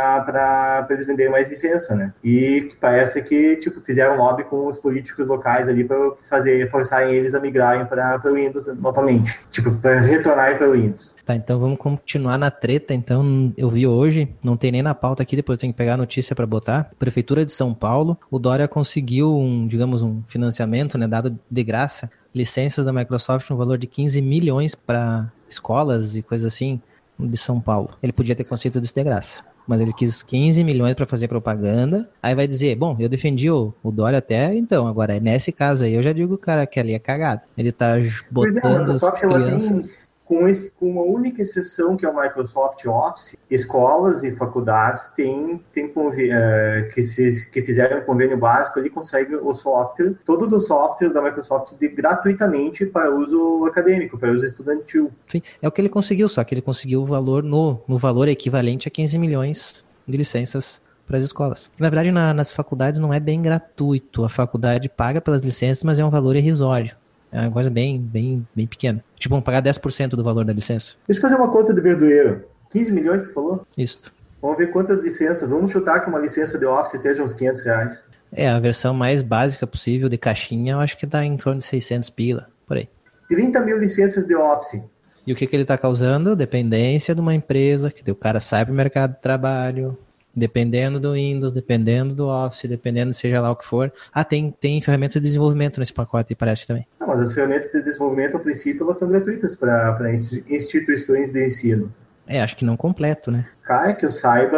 para eles venderem mais licença, né? E que parece que, tipo, fizeram lobby com os políticos locais ali para fazer, forçarem eles a migrarem para o Windows novamente. Tipo, para retornarem para o Windows. Tá, então vamos continuar na treta. Então, eu vi hoje, não tem nem na pauta aqui, depois tem que pegar a notícia para botar. Prefeitura de São Paulo, o Dória conseguiu um, digamos, um financiamento, né, dado de graça, licenças da Microsoft no valor de quinze milhões para escolas e coisas assim de São Paulo. Ele podia ter conseguido isso de graça, mas ele quis quinze milhões para fazer propaganda. Aí vai dizer, bom, eu defendi o, o Dória até então, agora nesse caso aí eu já digo, cara, que ali é cagado. Ele tá botando é, as crianças... Tem, com, esse, com uma única exceção que é o Microsoft Office, escolas e faculdades têm, têm uh, que, que fizeram um convênio básico ali, conseguem o software, todos os softwares da Microsoft de, gratuitamente para uso acadêmico, para uso estudantil. Sim, é o que ele conseguiu, só que ele conseguiu o valor no, no valor equivalente a quinze milhões de licenças para as escolas. Na verdade, na, nas faculdades não é bem gratuito, a faculdade paga pelas licenças, mas é um valor irrisório. É uma coisa bem, bem, bem pequena. Tipo, vamos pagar dez por cento do valor da licença. Deixa eu fazer uma conta de verdueiro. quinze milhões, tu falou? Isso. Vamos ver quantas licenças. Vamos chutar que uma licença de Office esteja uns quinhentos reais. É, a versão mais básica possível de caixinha, eu acho que tá em torno de seiscentos pila, por aí. trinta mil licenças de Office. E o que, que ele tá causando? Dependência de uma empresa, que o cara sai pro mercado de trabalho... Dependendo do Windows, dependendo do Office, dependendo seja lá o que for. Ah, tem, tem ferramentas de desenvolvimento nesse pacote, parece também. Não, mas as ferramentas de desenvolvimento, a princípio, elas são gratuitas para instituições de ensino. É, acho que não completo, né? Cara, que eu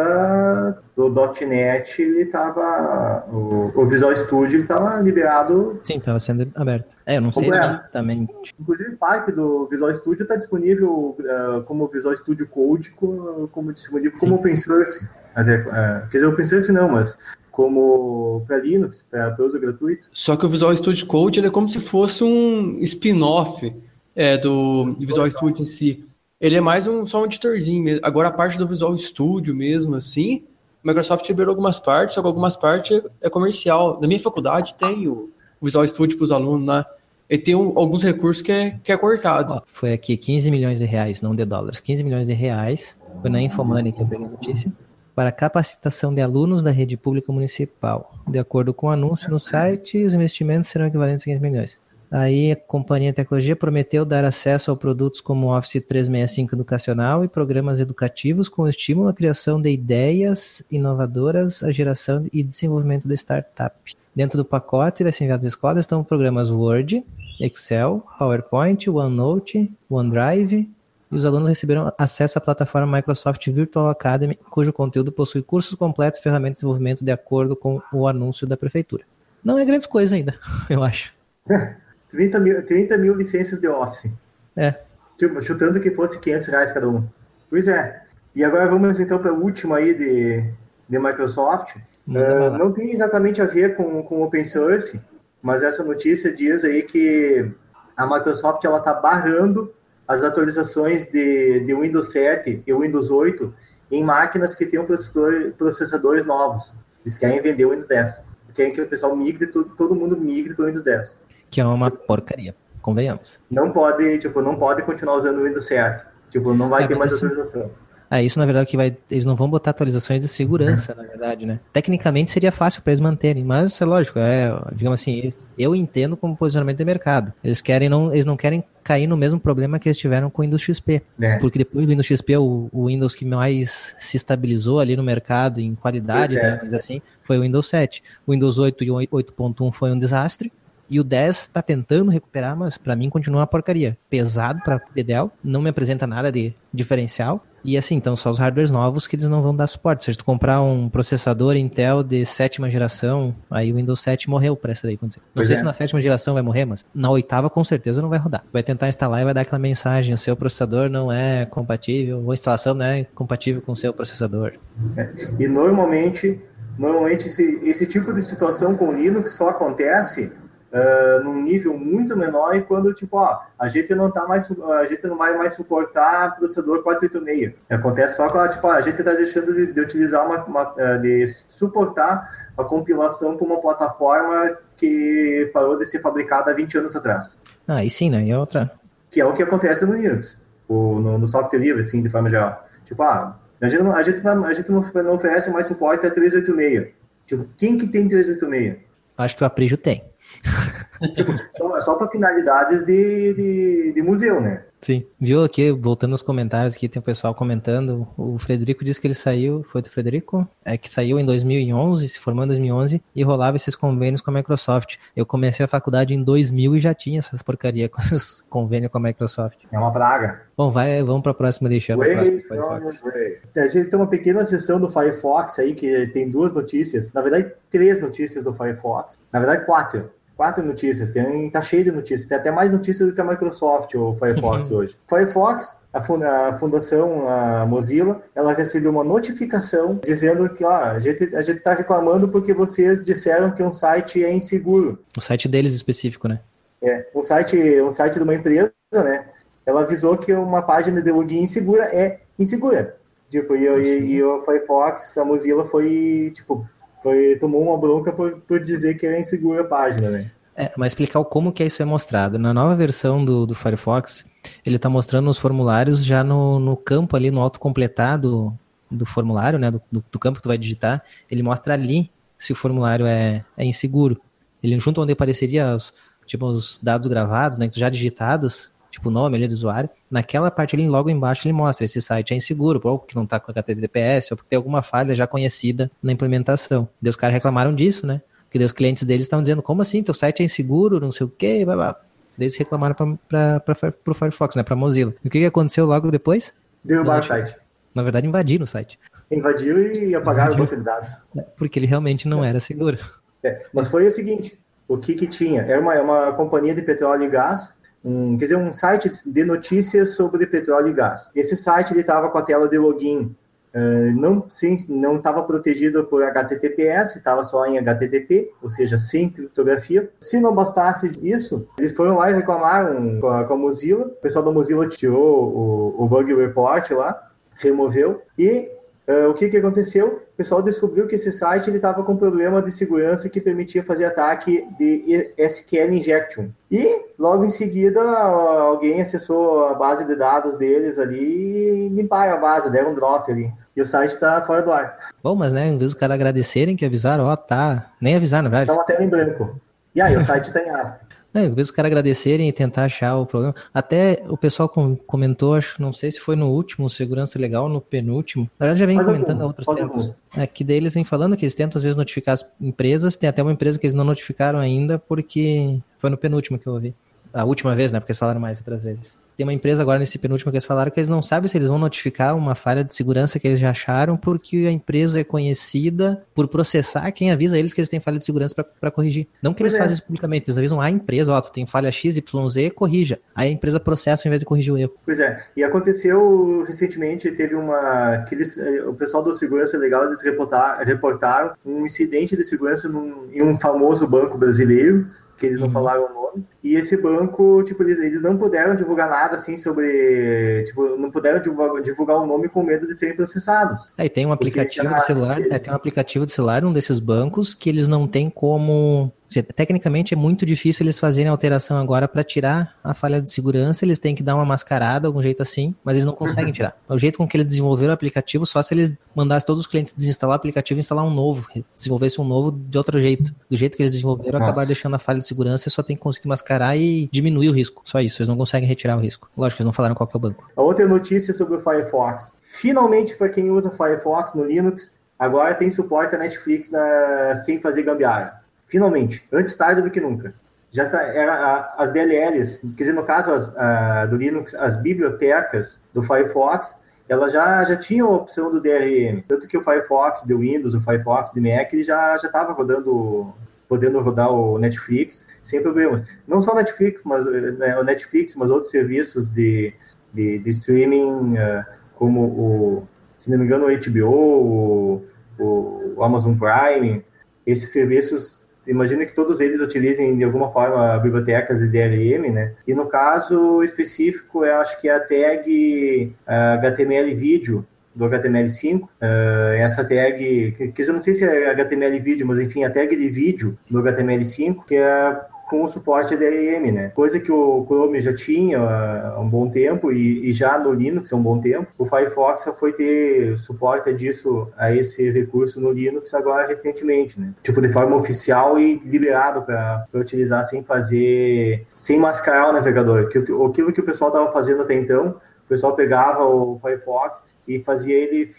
saiba, do .NET, ele tava... O, o Visual Studio, ele estava liberado... Sim, estava sendo aberto. É, eu não completo. sei também. Inclusive, parte do Visual Studio está disponível uh, como Visual Studio Code, como, como disponível como open source. Até, uh, quer dizer, open source não, mas como para Linux, para uso gratuito. Só que o Visual Studio Code ele é como se fosse um spin-off é, do Visual Studio em si. Ele é mais um, só um editorzinho mesmo. Agora a parte do Visual Studio mesmo, assim, a Microsoft liberou algumas partes, só que algumas partes é comercial. Na minha faculdade tem o Visual Studio para os alunos, né? E tem um, alguns recursos que é, que é cortado. Ó, foi aqui quinze milhões de reais, não de dólares. quinze milhões de reais, foi na Infomoney que eu peguei a notícia, para capacitação de alunos da rede pública municipal. De acordo com o anúncio no site, os investimentos serão equivalentes a quinze milhões. Aí a companhia de tecnologia prometeu dar acesso a produtos como o Office trezentos e sessenta e cinco educacional e programas educativos com estímulo à criação de ideias inovadoras, a geração e desenvolvimento de startup. Dentro do pacote vai ser enviado às escolas estão programas Word, Excel, PowerPoint, OneNote, OneDrive, e os alunos receberão acesso à plataforma Microsoft Virtual Academy, cujo conteúdo possui cursos completos e ferramentas de desenvolvimento de acordo com o anúncio da prefeitura. Não é grandes coisas ainda, eu acho. trinta mil, trinta mil licenças de Office. É. Tipo, chutando que fosse quinhentos reais cada um. Pois é. E agora vamos então para a última aí de, de Microsoft. Uh, não tem exatamente a ver com, com open source, mas essa notícia diz aí que a Microsoft ela está barrando as atualizações de, de Windows sete e Windows oito em máquinas que tenham processador, processadores novos. Eles querem vender o Windows dez. Querem que o pessoal migre, todo, todo mundo migre para o Windows dez. Que é uma porcaria, convenhamos. Não pode, tipo, não pode continuar usando o Windows sete. Tipo, não vai é, ter mais isso, atualização. Ah, isso na verdade que vai, eles não vão botar atualizações de segurança, na verdade, né? Tecnicamente seria fácil para eles manterem, mas é lógico, é, digamos assim, eu entendo como posicionamento de mercado. Eles querem não, eles não querem cair no mesmo problema que eles tiveram com o Windows X P, é. Porque depois do Windows X P, o, o Windows que mais se estabilizou ali no mercado em qualidade, é. Tá, assim, foi o Windows sete. O Windows oito e o oito ponto um foi um desastre. E o dez tá tentando recuperar, mas pra mim continua uma porcaria. Pesado pra Dell, não me apresenta nada de diferencial. E assim, então só os hardwares novos que eles não vão dar suporte. Se tu comprar um processador Intel de sétima geração, aí o Windows sete morreu pra essa daí. Não pois sei é. se na sétima geração vai morrer, mas na oitava com certeza não vai rodar. Vai tentar instalar e vai dar aquela mensagem, o seu processador não é compatível, ou a instalação não é compatível com o seu processador. É. E normalmente, normalmente esse, esse tipo de situação com Linux só acontece... Uh, num nível muito menor e quando, tipo, ó, a gente não tá mais, a gente não vai mais suportar processador quatrocentos e oitenta e seis. Acontece só com, tipo, a gente tá deixando de, de utilizar uma, uma, de suportar a compilação por uma plataforma que parou de ser fabricada há vinte anos atrás. Ah, e sim, né? E outra. Que é o que acontece no Linux, o, no, no software livre, assim, de forma geral. Tipo, ah, a gente não, a gente não, a gente não, não oferece mais suporte a trezentos e oitenta e seis. Tipo, quem que tem trezentos e oitenta e seis? Acho que o Aprijo tem. Tipo, só, só para finalidades de, de, de museu, né? Sim. Viu aqui, voltando nos comentários aqui, tem o pessoal comentando, o Frederico disse que ele saiu, foi do Frederico? É que saiu em dois mil e onze, se formou em dois mil e onze, e rolava esses convênios com a Microsoft. Eu comecei a faculdade em dois mil e já tinha essas porcarias com esses convênios com a Microsoft. É uma praga. Bom, vai, vamos para a próxima, deixando a próxima Firefox. A gente tem uma pequena sessão do Firefox aí, que tem duas notícias, na verdade, três notícias do Firefox, na verdade, quatro. Quatro notícias, tem, tá cheio de notícias, tem até mais notícias do que a Microsoft, o Firefox hoje. Firefox, a, funda, a fundação, a Mozilla, ela recebeu uma notificação dizendo que ó, a gente a gente tá reclamando porque vocês disseram que um site é inseguro. O site deles específico, né? É, um site, um site de uma empresa, né? Ela avisou que uma página de login insegura é insegura. Tipo, e, e, e o Firefox, a Mozilla foi, tipo... Foi, tomou uma bronca por, por dizer que era insegura a página, né? É, mas explicar como que isso é mostrado. Na nova versão do, do Firefox, ele está mostrando os formulários já no, no campo ali, no autocompletado do formulário, né? Do, do, do campo que tu vai digitar, ele mostra ali se o formulário é, é inseguro. Ele junto onde apareceria os, tipo, os dados gravados, né? Já digitados, tipo o nome ali do usuário, naquela parte ali logo embaixo ele mostra, esse site é inseguro, ou porque não está com H T T P S, ou porque tem alguma falha já conhecida na implementação. Daí os caras reclamaram disso, né? Porque daí os clientes deles estavam dizendo, como assim, teu site é inseguro, não sei o quê, blá, blá. Daí eles reclamaram para o Firefox, né, para Mozilla. E o que, que aconteceu logo depois? Derrubaram o site. Na verdade, invadiram o site. Invadiram e apagaram o banco de dados. Porque ele realmente não é. era seguro. É, mas foi o seguinte, o que que tinha? Era uma, uma companhia de petróleo e gás, um, quer dizer, um site de notícias sobre petróleo e gás. Esse site estava com a tela de login, uh, não não estava protegido por H T T P S, estava só em H T T P, ou seja, sem criptografia. Se não bastasse isso, eles foram lá e reclamaram com a, com a Mozilla. O pessoal da Mozilla tirou o, o bug report lá, removeu, e uh, o que, que aconteceu? O pessoal descobriu que esse site estava com problema de segurança que permitia fazer ataque de S Q L injection. E, logo em seguida, alguém acessou a base de dados deles ali e limparam a base, deram um drop ali. E o site está fora do ar. Bom, mas né, em vez dos caras agradecerem que avisaram, ó, tá... Nem avisaram, na verdade. Tá uma tela em branco. E aí, o site tá em aspas. É, em vez dos caras agradecerem e tentar achar o problema. Até o pessoal com, comentou, acho, não sei se foi no último, Segurança Legal, no penúltimo. Na verdade, já vem Faz comentando alguns, outros faz tempos. alguns. É, que daí eles vêm falando que eles tentam, às vezes, notificar as empresas. Tem até uma empresa que eles não notificaram ainda, porque foi no penúltimo que eu ouvi. A última vez, né? Porque eles falaram mais outras vezes. Tem uma empresa agora nesse penúltimo que eles falaram que eles não sabem se eles vão notificar uma falha de segurança que eles já acharam, porque a empresa é conhecida por processar quem avisa eles que eles têm falha de segurança para corrigir. Não que eles Pois é. fazem isso publicamente, eles avisam a empresa, ó, tu tem falha X Y Z, corrija. Aí a empresa processa ao invés de corrigir o erro. Pois é, e aconteceu recentemente, teve uma... Que eles, o pessoal do Segurança Legal, eles reportaram, reportaram um incidente de segurança num, em um famoso banco brasileiro, que eles não uhum. falaram o nome, e esse banco, tipo, eles, eles não puderam divulgar nada, assim, sobre, tipo, não puderam divulgar, divulgar o nome com medo de serem processados. É, e tem um aplicativo de celular, é, tem um aplicativo de celular num desses bancos que eles não têm como Tecnicamente é muito difícil eles fazerem a alteração agora para tirar a falha de segurança, eles têm que dar uma mascarada, algum jeito assim, mas eles não conseguem tirar. O jeito com que eles desenvolveram o aplicativo, só se eles mandassem todos os clientes desinstalar o aplicativo e instalar um novo, desenvolvesse um novo de outro jeito. Do jeito que eles desenvolveram, acabar deixando a falha de segurança, e só tem que conseguir mascarar e diminuir o risco. Só isso, eles não conseguem retirar o risco. Lógico que eles não falaram qual que é o banco. A outra notícia sobre o Firefox. Finalmente, para quem usa Firefox no Linux, agora tem suporte a Netflix na... sem fazer gambiarra. Finalmente, antes tarde do que nunca. Já tá, era a, as D L Ls, quer dizer, no caso as, a, do Linux, as bibliotecas do Firefox, elas já, já tinham a opção do D R M. Tanto que o Firefox de Windows, o Firefox de Mac, ele já estava rodando, podendo rodar o Netflix sem problemas. Não só o Netflix, mas, né, o Netflix, mas outros serviços de, de, de streaming, uh, como o, se não me engano, o H B O, o, o Amazon Prime, esses serviços. Imagina que todos eles utilizem de alguma forma bibliotecas de D R M, né? E no caso específico, eu acho que é a tag uh, H T M L vídeo do H T M L cinco. Uh, essa tag, que, que eu não sei se é H T M L vídeo, mas enfim, a tag de vídeo do H T M L cinco, que é com o suporte a D R M, né? Coisa que o Chrome já tinha há um bom tempo e, e já no Linux há um bom tempo. O Firefox só foi ter suporte disso, a esse recurso no Linux agora recentemente, né? Tipo, de forma oficial e liberado para utilizar sem fazer, sem mascarar o navegador. Que, aquilo que o pessoal estava fazendo até então, o pessoal pegava o Firefox e fazia ele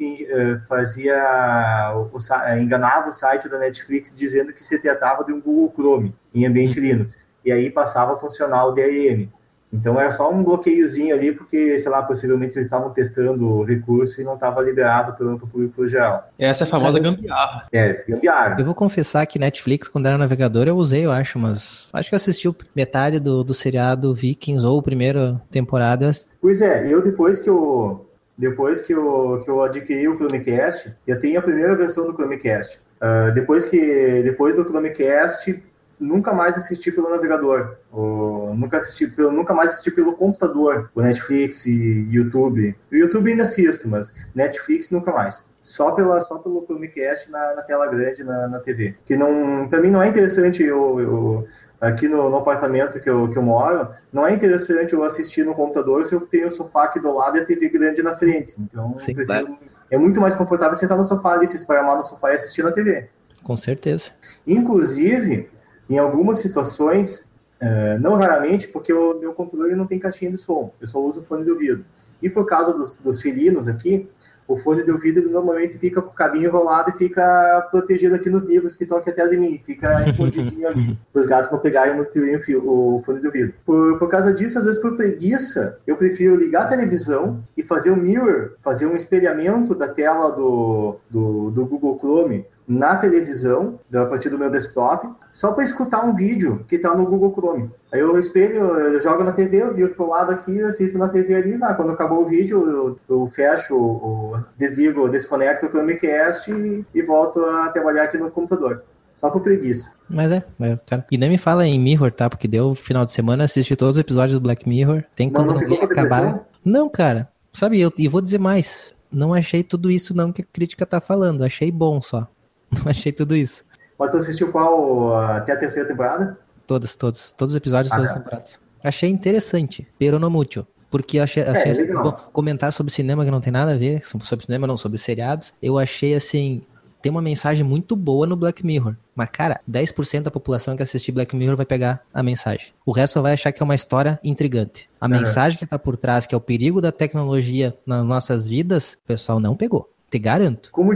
fazia o, enganava o site da Netflix dizendo que se tratava de um Google Chrome em ambiente Linux, e aí passava a funcionar o D R M. Então era só um bloqueiozinho ali, porque, sei lá, possivelmente eles estavam testando o recurso e não estava liberado pelo público geral. Essa é a famosa gambiarra. É, gambiarra. Eu vou confessar que Netflix, quando era navegador, eu usei, eu acho, mas acho que eu assisti metade do, do seriado Vikings, ou a primeira temporada. Pois é, eu depois que eu... Depois que eu, que eu adquiri o Chromecast, eu tenho a primeira versão do Chromecast. Uh, depois, que, depois do Chromecast, nunca mais assisti pelo navegador. Ou, nunca, assisti pelo, nunca mais assisti pelo computador, o Netflix e YouTube. O YouTube ainda assisto, mas Netflix nunca mais. Só, pela, só pelo Chromecast na, na tela grande, na, na T V. Que não, pra mim não é interessante eu... eu aqui no, no apartamento que eu, que eu moro, não é interessante eu assistir no computador se eu tenho o sofá aqui do lado e a T V grande na frente. Então, Sim, prefiro, claro. É muito mais confortável sentar no sofá ali, se esparramar no sofá e assistir na T V. Com certeza. Inclusive, em algumas situações, uh, não raramente, porque o meu computador não tem caixinha de som, eu só uso fone de ouvido. E por causa dos, dos felinos aqui, o fone de ouvido ele normalmente fica com o cabinho enrolado e fica protegido aqui nos livros que estão aqui atrás de mim, fica escondidinho ali, para os gatos não pegarem no fio, o fone de ouvido. Por, por causa disso, às vezes por preguiça, eu prefiro ligar a televisão e fazer um mirror, fazer um espelhamento da tela do, do, do Google Chrome na televisão, a partir do meu desktop, só para escutar um vídeo que está no Google Chrome. Aí eu espelho, eu jogo na T V, eu viro pro lado aqui, assisto na T V ali, ah, quando acabou o vídeo, eu, eu fecho, eu desligo, desconecto o Chromecast e, e volto a trabalhar aqui no computador. Só por preguiça. Mas é, cara. E nem me fala em Mirror, tá? Porque deu final de semana, assisti todos os episódios do Black Mirror. Tem quando não, não acabar. Não, cara. Sabe, eu, e vou dizer mais. Não achei tudo isso não que a crítica tá falando. Achei bom só. Não achei tudo isso. Mas tu assistiu qual até a terceira temporada? Todos, todos. Todos os episódios, ah, todas as temporadas. Achei interessante, pero no muito. Porque eu achei, achei é, assim, bom, comentar sobre cinema que não tem nada a ver, sobre cinema não, sobre seriados, eu achei assim, tem uma mensagem muito boa no Black Mirror. Mas, cara, dez por cento da população que assistir Black Mirror vai pegar a mensagem. O resto só vai achar que é uma história intrigante. A uhum. mensagem que tá por trás, que é o perigo da tecnologia nas nossas vidas, o pessoal não pegou. Te garanto. Como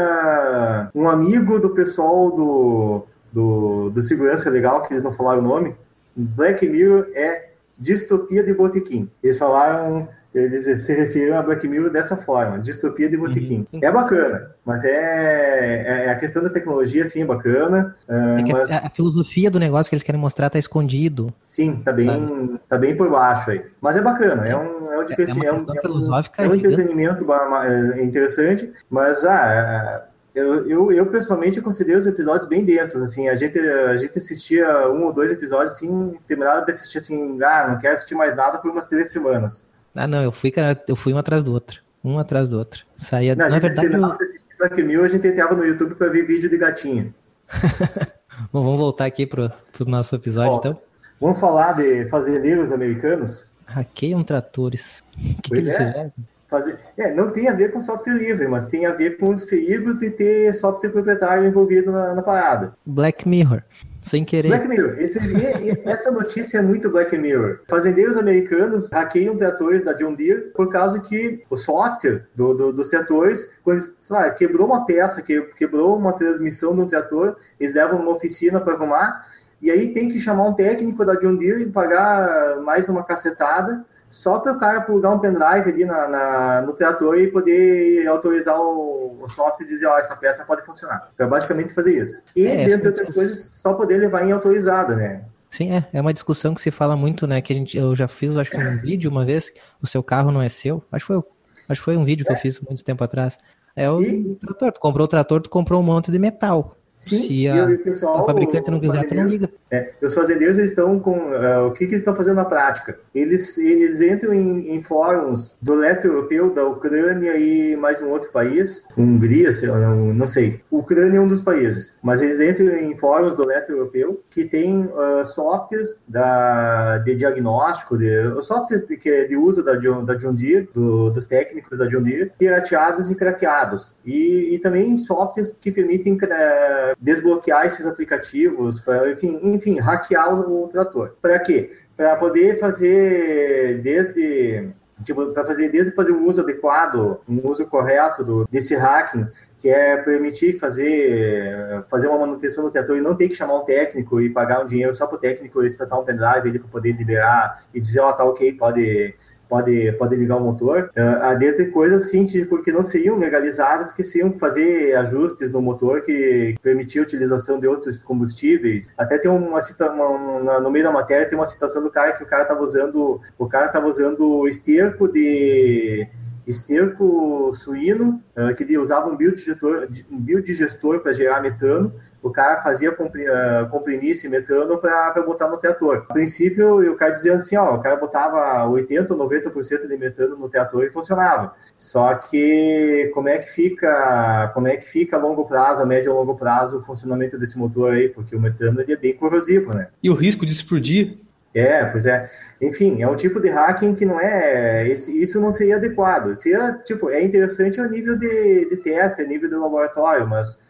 diria um amigo do pessoal do, do, do Segurança Legal, que eles não falaram o nome, Black Mirror é distopia de botequim. Eles falaram, eles se referiram a Black Mirror dessa forma, distopia de botequim. Uhum. É bacana, mas é, é a questão da tecnologia, sim, é bacana. É que mas... a, a filosofia do negócio que eles querem mostrar tá escondido. Sim, tá bem, tá bem por baixo aí. Mas é bacana, é um, é um, é, é uma é um, filosófica é um entretenimento interessante, mas ah, eu, eu, eu pessoalmente considero os episódios bem densos, assim, a gente, a gente assistia um ou dois episódios, assim, terminava de assistir assim, ah, não quero assistir mais nada por umas três semanas. Ah, não, eu fui, cara, eu fui um atrás do outro. Um atrás do outro. Saía, não, na verdade, eu... Black Mirror, a gente entrava no YouTube pra ver vídeo de gatinho. Bom, vamos voltar aqui pro, pro nosso episódio, Ó, então. Vamos falar de fazendeiros americanos? Hackeiam tratores. O que, que Pois eles é. fizeram? Fazer... É, não tem a ver com software livre, mas tem a ver com os perigos de ter software proprietário envolvido na, na parada. Black Mirror. Sem querer. Black Mirror. Esse, e, e, essa notícia é muito Black Mirror. Fazendeiros americanos hackeiam tratores da John Deere por causa que o software do, do, dos tratores, quando, sei lá, quebrou uma peça, que, quebrou uma transmissão de um trator, eles levam numa oficina para arrumar, e aí tem que chamar um técnico da John Deere e pagar mais uma cacetada, só para o cara plugar um pendrive ali na, na, no trator e poder autorizar o, o software e dizer, ó, oh, essa peça pode funcionar. Para basicamente fazer isso. E, é, dentre outras discuss... coisas, só poder levar em autorizada, né? Sim, é. É uma discussão que se fala muito, né? Que a gente, eu já fiz, acho que um vídeo uma vez, o seu carro não é seu. Acho que foi, acho que foi um vídeo que é. eu fiz muito tempo atrás. É o e... trator. Tu comprou o trator, tu comprou um monte de metal. Sim, se a, e o pessoal, o fabricante não quiser, tu não liga. É, os fazendeiros eles estão com... Uh, o que, que eles estão fazendo na prática? Eles, eles entram em, em fóruns do leste europeu, da Ucrânia e mais um outro país, Hungria, sei lá, não, não sei. Ucrânia é um dos países, mas eles entram em fóruns do leste europeu que tem uh, softwares da, de diagnóstico, de, softwares de, que é de uso da John, da John Deere, do, dos técnicos da John Deere, pirateados e craqueados. E, e também softwares que permitem... Uh, desbloquear esses aplicativos, pra, enfim, enfim, hackear o, o trator. Para quê? Para poder fazer desde tipo, para fazer desde fazer um uso adequado, um uso correto do, desse hacking, que é permitir fazer, fazer uma manutenção do trator e não ter que chamar um técnico e pagar um dinheiro só para o técnico espetar um pendrive ele para poder liberar e dizer, ó, oh, tá ok, pode... Pode, pode ligar o motor, uh, desde coisas assim, tipo, que não seriam legalizadas, que seriam fazer ajustes no motor que, que permitia a utilização de outros combustíveis. Até tem uma citação, no meio da matéria tem uma citação do cara que o cara estava usando, o cara estava usando esterco de esterco suíno, uh, que usava um biodigestor, um biodigestor para gerar metano. O cara fazia comprimir esse metano para botar no trator. A princípio, o cara dizia assim, ó, o cara botava oitenta por cento ou noventa por cento de metano no trator e funcionava. Só que como é que fica, como é que fica a longo prazo, a médio e longo prazo, o funcionamento desse motor aí? Porque o metano ele é bem corrosivo, né? E o risco de explodir? É, pois é. Enfim, é um tipo de hacking que não é... Esse, isso não seria adequado. Seria, tipo, é interessante a nível de, de teste, a nível de laboratório, mas...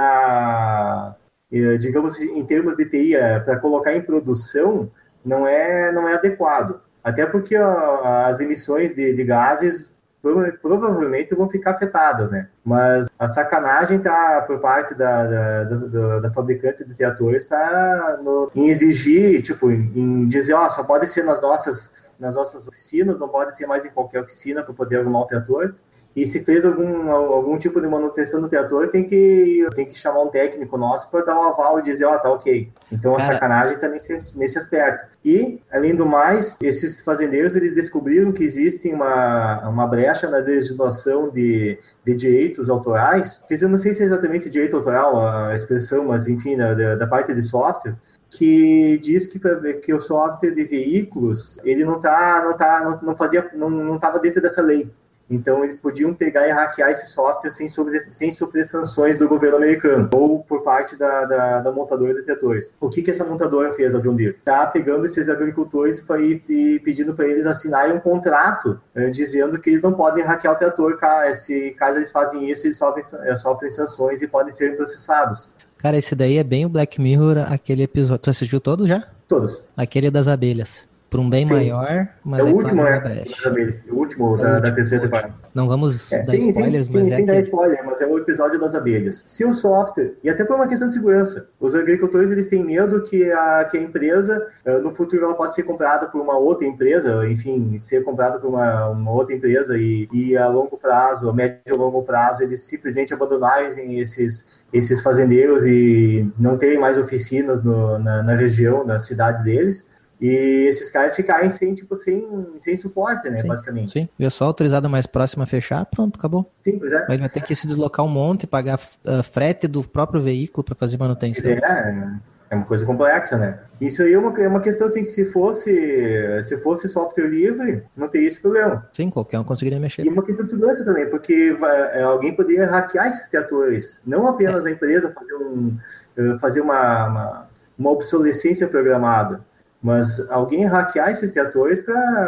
para, digamos, em termos de T I, para colocar em produção, não é, não é adequado. Até porque ó, as emissões de, de gases provavelmente vão ficar afetadas, né? Mas a sacanagem tá por parte da, da, da, da fabricante de tratores está em exigir, tipo, em, em dizer, ó, só pode ser nas nossas, nas nossas oficinas, não pode ser mais em qualquer oficina para poder arrumar o trator. E se fez algum, algum tipo de manutenção do trator, tem que, tem que chamar um técnico nosso para dar um aval e dizer, ó, oh, tá ok. Então a Cara... sacanagem está nesse, nesse aspecto. E, além do mais, esses fazendeiros, eles descobriram que existe uma, uma brecha na legislação de, de direitos autorais. Eu não sei se é exatamente direito autoral a expressão, mas enfim, da, da parte de software, que diz que, que o software de veículos, ele não tá, não tá, não, não fazia, não, não estava dentro dessa lei. Então, eles podiam pegar e hackear esse software sem sofrer, sem sofrer sanções do governo americano ou por parte da, da, da montadora de tratores. O que, que essa montadora fez, a John Deere? Está pegando esses agricultores e, e pedindo para eles assinarem um contrato eh, dizendo que eles não podem hackear o trator, caso, caso eles fazem isso, eles sofrem, sofrem sanções e podem ser processados. Cara, esse daí é bem o Black Mirror, aquele episódio. Tu assistiu todos já? Todos. Aquele das abelhas. Por um bem sim. maior, mas é o é último, claro, né? O último é da, da terceira temporada. Não vamos é, dar sim, spoilers, sim, mas sim, é sem que... dar spoiler, mas é o episódio das abelhas. Se o software, e até por uma questão de segurança, os agricultores eles têm medo que a, que a empresa, no futuro, ela possa ser comprada por uma outra empresa, enfim, ser comprada por uma, uma outra empresa e, e a longo prazo, a médio e longo prazo, eles simplesmente abandonarem esses, esses fazendeiros e não terem mais oficinas no, na, na região, nas cidades deles. E esses caras ficarem sem, tipo, sem, sem suporte, né, sim, basicamente. Sim, e é só a autorizada mais próxima a fechar, pronto, acabou. Sim, pois é. Mas ele vai ter que se deslocar um monte, pagar uh, frete do próprio veículo para fazer manutenção. É, É uma coisa complexa, né? Isso aí é uma, é uma questão assim que se fosse, se fosse software livre, não teria esse problema. Sim, qualquer um conseguiria mexer. E uma questão de segurança também, porque vai, alguém poderia hackear esses teatores, não apenas é. a empresa fazer, um, fazer uma, uma, uma obsolescência programada, mas alguém hackear esses teatores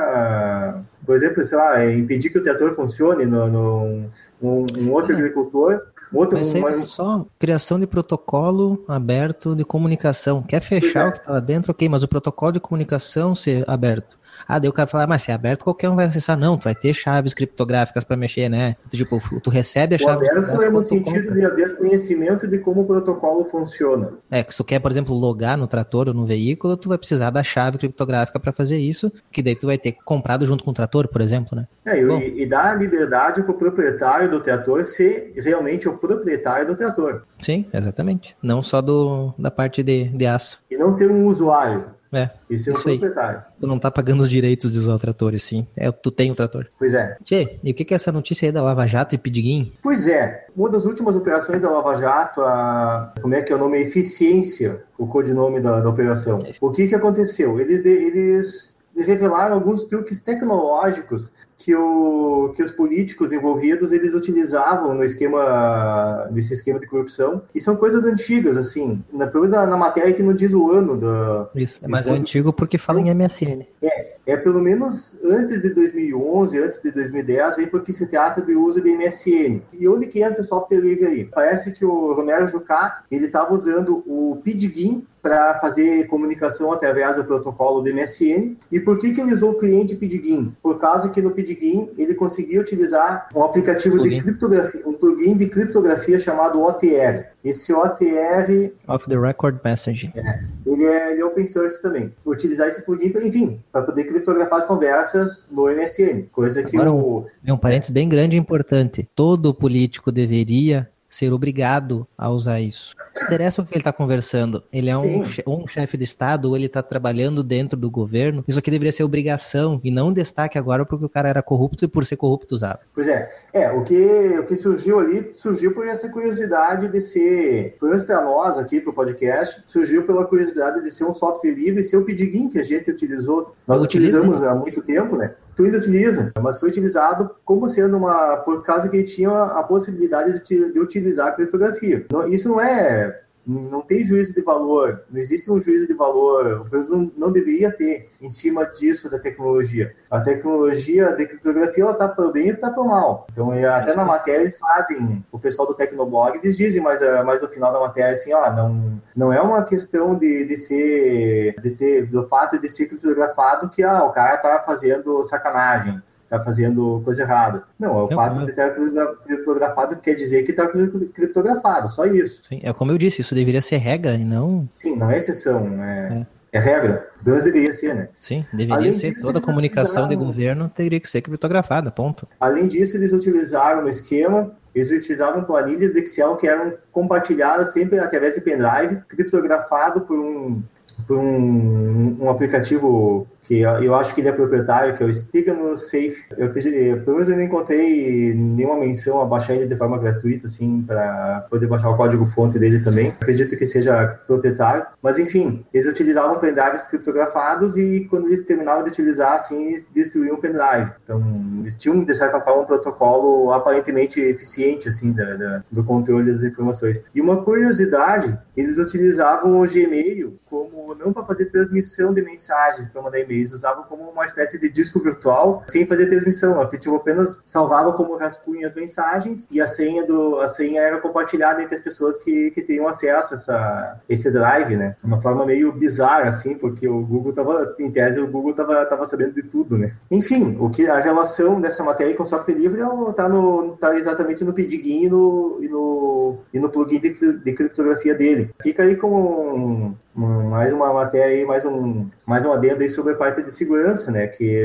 para, por exemplo, sei lá, impedir que o teator funcione no, no um, um outro é. agricultor. Outro, Mas é só criação de protocolo aberto de comunicação. Quer fechar é. o que está lá dentro, ok, mas o protocolo de comunicação ser aberto. Ah, daí o cara fala, mas se é aberto, qualquer um vai acessar. Não, tu vai ter chaves criptográficas para mexer, né? Tipo, tu recebe a chave criptográfica. O aberto é no sentido de haver conhecimento de como o protocolo funciona. É, que se tu quer, por exemplo, logar no trator ou no veículo, tu vai precisar da chave criptográfica para fazer isso, que daí tu vai ter comprado junto com o trator, por exemplo, né? É, e, e dá a liberdade para o proprietário do trator ser realmente o proprietário do trator. Sim, exatamente. Não só do, da parte de, de aço. E não ser um usuário. É, e ser um proprietário. Aí. Tu não tá pagando os direitos de usar o trator, assim. É, tu tem o trator. Pois é. Tchê, e o que que é essa notícia aí da Lava Jato e Pidiguim? Pois é. Uma das últimas operações da Lava Jato, a... como é que é o nome? Eficiência, o codinome da, da operação. É. O que que aconteceu? Eles, eles revelaram alguns truques tecnológicos que, o, que os políticos envolvidos eles utilizavam no esquema, nesse esquema de corrupção, e são coisas antigas, assim, na, pelo menos na, na matéria que não diz o ano da... Isso, mas é antigo porque fala em M S N. É, é pelo menos antes de dois mil e onze, antes de dois mil e dez, aí porque se trata do uso de M S N. E onde que entra o software livre aí? Parece que o Romero Jucá, ele estava usando o Pidgin para fazer comunicação através do protocolo do M S N. E por que que ele usou o cliente Pidgin? Por causa que no Pidgin ele conseguia utilizar um aplicativo plugin. de criptografia, um plugin de criptografia chamado O T R. Esse O T R... Off the Record Message. É, ele, é, ele é open source também. Utilizar esse plugin, enfim, para poder criptografar as conversas no M S N. Coisa que Agora, o... Um, um parênteses bem grande e importante. Todo político deveria ser obrigado a usar isso. Não interessa o que ele está conversando. Ele é um, um chefe de Estado ou ele está trabalhando dentro do governo. Isso aqui deveria ser obrigação e não destaque agora porque o cara era corrupto e por ser corrupto usava. Pois é. É, o que, o que surgiu ali, surgiu por essa curiosidade de ser, pelo menos para nós aqui, para o podcast, surgiu pela curiosidade de ser um software livre e ser o Pidgin que a gente utilizou. Nós utilizamos há muito tempo, né? Tu ainda utiliza, mas foi utilizado como sendo uma... por causa que ele tinha a possibilidade de, de utilizar a criptografia. Então, isso não é... não tem juízo de valor, não existe um juízo de valor, o preço não, não deveria ter em cima disso da tecnologia. A tecnologia de criptografia, ela está para o bem e está para o mal. Então, até na matéria eles fazem, o pessoal do Tecnoblog, eles dizem, mas, mas no final da matéria, assim, ó, não, não é uma questão de, de ser, de ter, do fato de ser criptografado que, ah, o cara está fazendo sacanagem, está fazendo coisa errada. Não, é o eu, fato eu... de estar criptografado quer dizer que está criptografado, só isso. Sim, é como eu disse, isso deveria ser regra e não... Sim, não é exceção, é, é. é regra. Deus deveria ser, né? Sim, deveria Além ser. Disso, toda a comunicação de governo teria que ser criptografada, ponto. Além disso, eles utilizaram no esquema, eles utilizavam planilhas de Excel que eram compartilhadas sempre através de pendrive, criptografado por um... por um, um aplicativo que eu acho que ele é proprietário, que é o Stigano Safe. Eu, pelo menos eu não encontrei nenhuma menção a baixar ele de forma gratuita, assim, para poder baixar o código-fonte dele também. Acredito que seja proprietário. Mas, enfim, eles utilizavam pendrives criptografados e quando eles terminavam de utilizar, assim, eles destruíam o pendrive. Então, eles tinham, de certa forma, um protocolo aparentemente eficiente, assim, da, da, do controle das informações. E uma curiosidade, eles utilizavam o Gmail como não para fazer transmissão de mensagens, para mandar e-mail. Eles usavam como uma espécie de disco virtual, sem fazer transmissão. O aplicativo apenas salvava como rascunho as mensagens e a senha, do, a senha era compartilhada entre as pessoas que, que tinham acesso a essa, esse drive, né? Uma forma meio bizarra, assim, porque o Google estava, em tese, o Google estava tava sabendo de tudo, né? Enfim, o que, a relação dessa matéria com software livre está tá exatamente no Pidgin e no, e no, e no plugin de, de criptografia dele. Fica aí como um, mais uma matéria aí, mais um, mais um adendo aí sobre a parte de segurança, né, que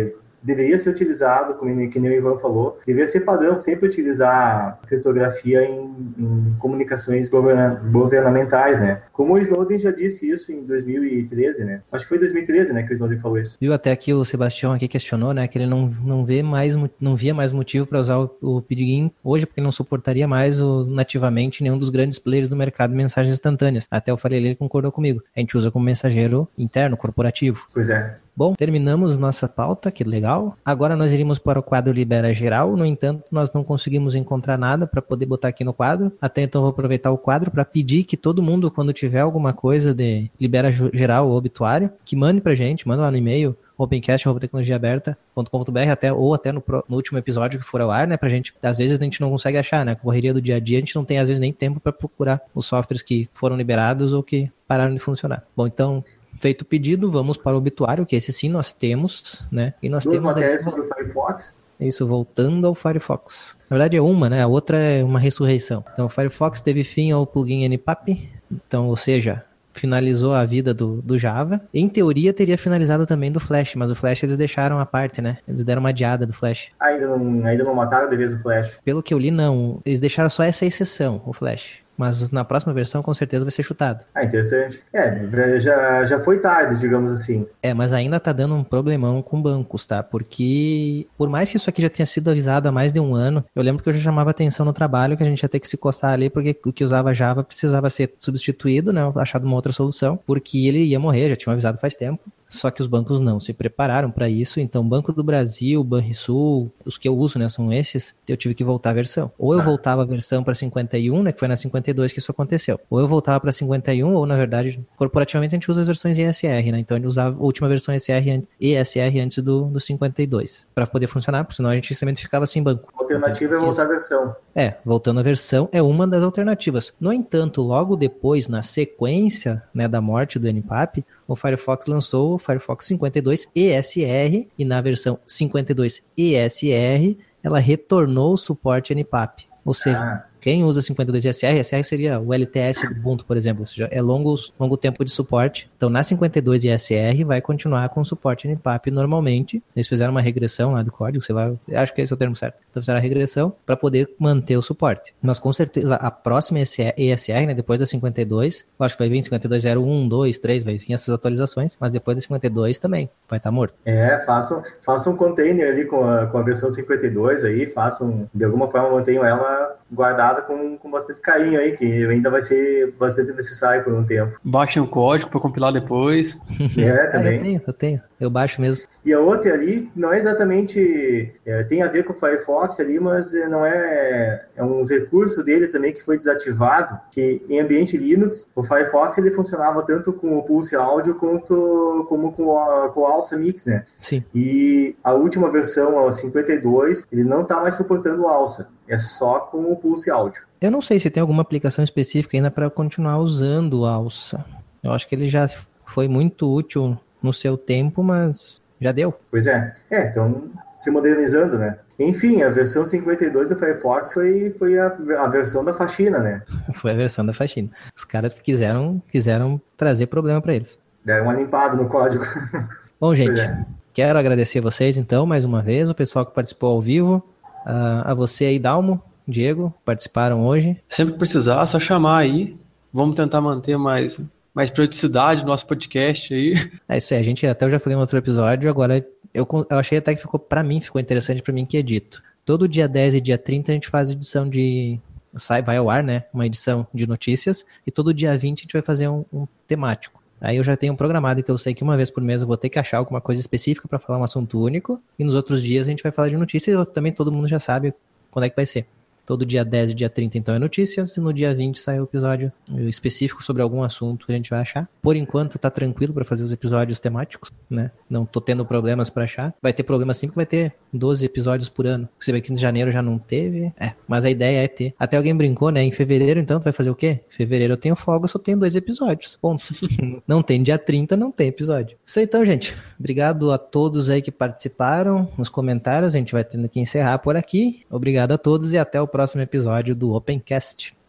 deveria ser utilizado, como que nem o Ivan falou, deveria ser padrão sempre utilizar criptografia em, em comunicações governa, governamentais, né? Como o Snowden já disse isso em dois mil e treze, né? Acho que foi em dois mil e treze, né, que o Snowden falou isso. Viu até que o Sebastião aqui questionou, né, que ele não, não, vê mais, não via mais motivo para usar o, o Pidgin hoje, porque não suportaria mais o, nativamente nenhum dos grandes players do mercado de mensagens instantâneas. Até eu falei, ele concordou comigo. A gente usa como mensageiro interno, corporativo. Pois é. Bom, terminamos nossa pauta, que legal. Agora nós iríamos para o quadro Libera Geral. No entanto, nós não conseguimos encontrar nada para poder botar aqui no quadro. Até então vou aproveitar o quadro para pedir que todo mundo, quando tiver alguma coisa de Libera Geral ou obituário, que mande pra gente, manda lá no e-mail opencast arroba tecnologia aberta ponto com ponto b r até, ou até no, no último episódio que for ao ar, né, pra gente, às vezes a gente não consegue achar, né, correria do dia a dia, a gente não tem às vezes nem tempo para procurar os softwares que foram liberados ou que pararam de funcionar. Bom, então, feito o pedido, vamos para o obituário, que esse sim nós temos, né, e nós Duas temos matérias aí... sobre o Firefox. Isso, voltando ao Firefox. Na verdade é uma, né, a outra é uma ressurreição. Então o Firefox teve fim ao plugin N P A P, então, ou seja... finalizou a vida do, do Java. Em teoria, teria finalizado também do Flash, mas o Flash eles deixaram a parte, né? Eles deram uma adiada do Flash. Ainda não, ainda não mataram de vez o Flash. Pelo que eu li, não. Eles deixaram só essa exceção, o Flash. Mas na próxima versão, com certeza, vai ser chutado. Ah, interessante. É, já, já foi tarde, digamos assim. É, mas ainda tá dando um problemão com bancos, tá? Porque, por mais que isso aqui já tenha sido avisado há mais de um ano, eu lembro que eu já chamava atenção no trabalho que a gente ia ter que se coçar ali, porque o que usava Java precisava ser substituído, né? Achado uma outra solução, porque ele ia morrer, já tinham avisado faz tempo. Só que os bancos não se prepararam para isso, então Banco do Brasil, Banrisul, os que eu uso, né, são esses, eu tive que voltar a versão. Ou eu voltava a versão para cinquenta e um, né, que foi na cinquenta e dois que isso aconteceu. Ou eu voltava para cinquenta e um, ou na verdade, corporativamente a gente usa as versões E S R, né, então a gente usava a última versão E S R, E S R antes do, do cinquenta e dois, para poder funcionar, porque senão a gente simplesmente ficava sem banco. A alternativa então, é voltar a versão. É, voltando a versão é uma das alternativas. No entanto, logo depois, na sequência, né, da morte do N P A P, o Firefox lançou o Firefox cinquenta e dois E S R e na versão cinquenta e dois E S R ela retornou o suporte N P A P. Ou seja, ah. quem usa cinquenta e dois E S R, E S R seria o L T S do Ubuntu, por exemplo, ou seja, é longo, longo tempo de suporte. Então, na cinquenta e dois E S R vai continuar com suporte N P A P normalmente. Eles fizeram uma regressão lá do código, sei lá, acho que esse é o termo certo. Então, fizeram a regressão para poder manter o suporte. Mas, com certeza, a próxima E S R, né, depois da cinquenta e dois, acho que vai vir cinquenta e dois zero um, dois, três, vai vir essas atualizações, mas depois da cinquenta e dois também vai estar morto. É, façam, façam um container ali com a, com a versão cinquenta e dois aí, façam, de alguma forma, mantenham ela guardada com, com bastante carinho aí, que ainda vai ser bastante necessário por um tempo. Baixem o código para compilar depois. É, também. Ah, eu tenho, eu tenho. Eu baixo mesmo. E a outra ali não é exatamente... É, tem a ver com o Firefox ali, mas não é... É um recurso dele também que foi desativado, que em ambiente Linux, o Firefox ele funcionava tanto com o Pulse Audio quanto como com a, com o Alsa Mix, né? Sim. E a última versão, a cinquenta e dois, ele não está mais suportando o Alsa. É só com o Pulse Audio. Eu não sei se tem alguma aplicação específica ainda para continuar usando o Alsa. Eu acho que ele já foi muito útil no seu tempo, mas já deu. Pois é. É, então se modernizando, né? Enfim, a versão cinquenta e dois do Firefox foi, foi a, a versão da faxina, né? Foi a versão da faxina. Os caras quiseram, quiseram trazer problema para eles. Deram uma limpada no código. Bom, gente, é. Quero agradecer a vocês, então, mais uma vez, o pessoal que participou ao vivo, uh, a você aí, Dalmo, Diego, participaram hoje. Sempre que precisar, é só chamar aí. Vamos tentar manter mais... mais periodicidade no nosso podcast aí. É isso aí, a gente até eu já falei em outro episódio, agora eu, eu achei até que ficou, pra mim, ficou interessante pra mim que é dito. Todo dia dez e dia trinta a gente faz edição de, sai, vai ao ar, né, uma edição de notícias, e todo dia vinte a gente vai fazer um, um temático. Aí eu já tenho programado que eu sei que uma vez por mês eu vou ter que achar alguma coisa específica pra falar um assunto único, e nos outros dias a gente vai falar de notícias, e também todo mundo já sabe quando é que vai ser. Todo dia dez e dia trinta, então, é notícias, e no dia vinte sai o episódio específico sobre algum assunto que a gente vai achar. Por enquanto, tá tranquilo para fazer os episódios temáticos, né? Não tô tendo problemas para achar. Vai ter problema sim, porque vai ter doze episódios por ano. Você vê que em janeiro já não teve. É, mas a ideia é ter. Até alguém brincou, né? Em fevereiro, então, tu vai fazer o quê? Em fevereiro eu tenho folga, só tenho dois episódios. Ponto. Não tem dia trinta, não tem episódio. Isso aí, então, gente. Obrigado a todos aí que participaram nos comentários. A gente vai tendo que encerrar por aqui. Obrigado a todos e até o próximo episódio do Opencast.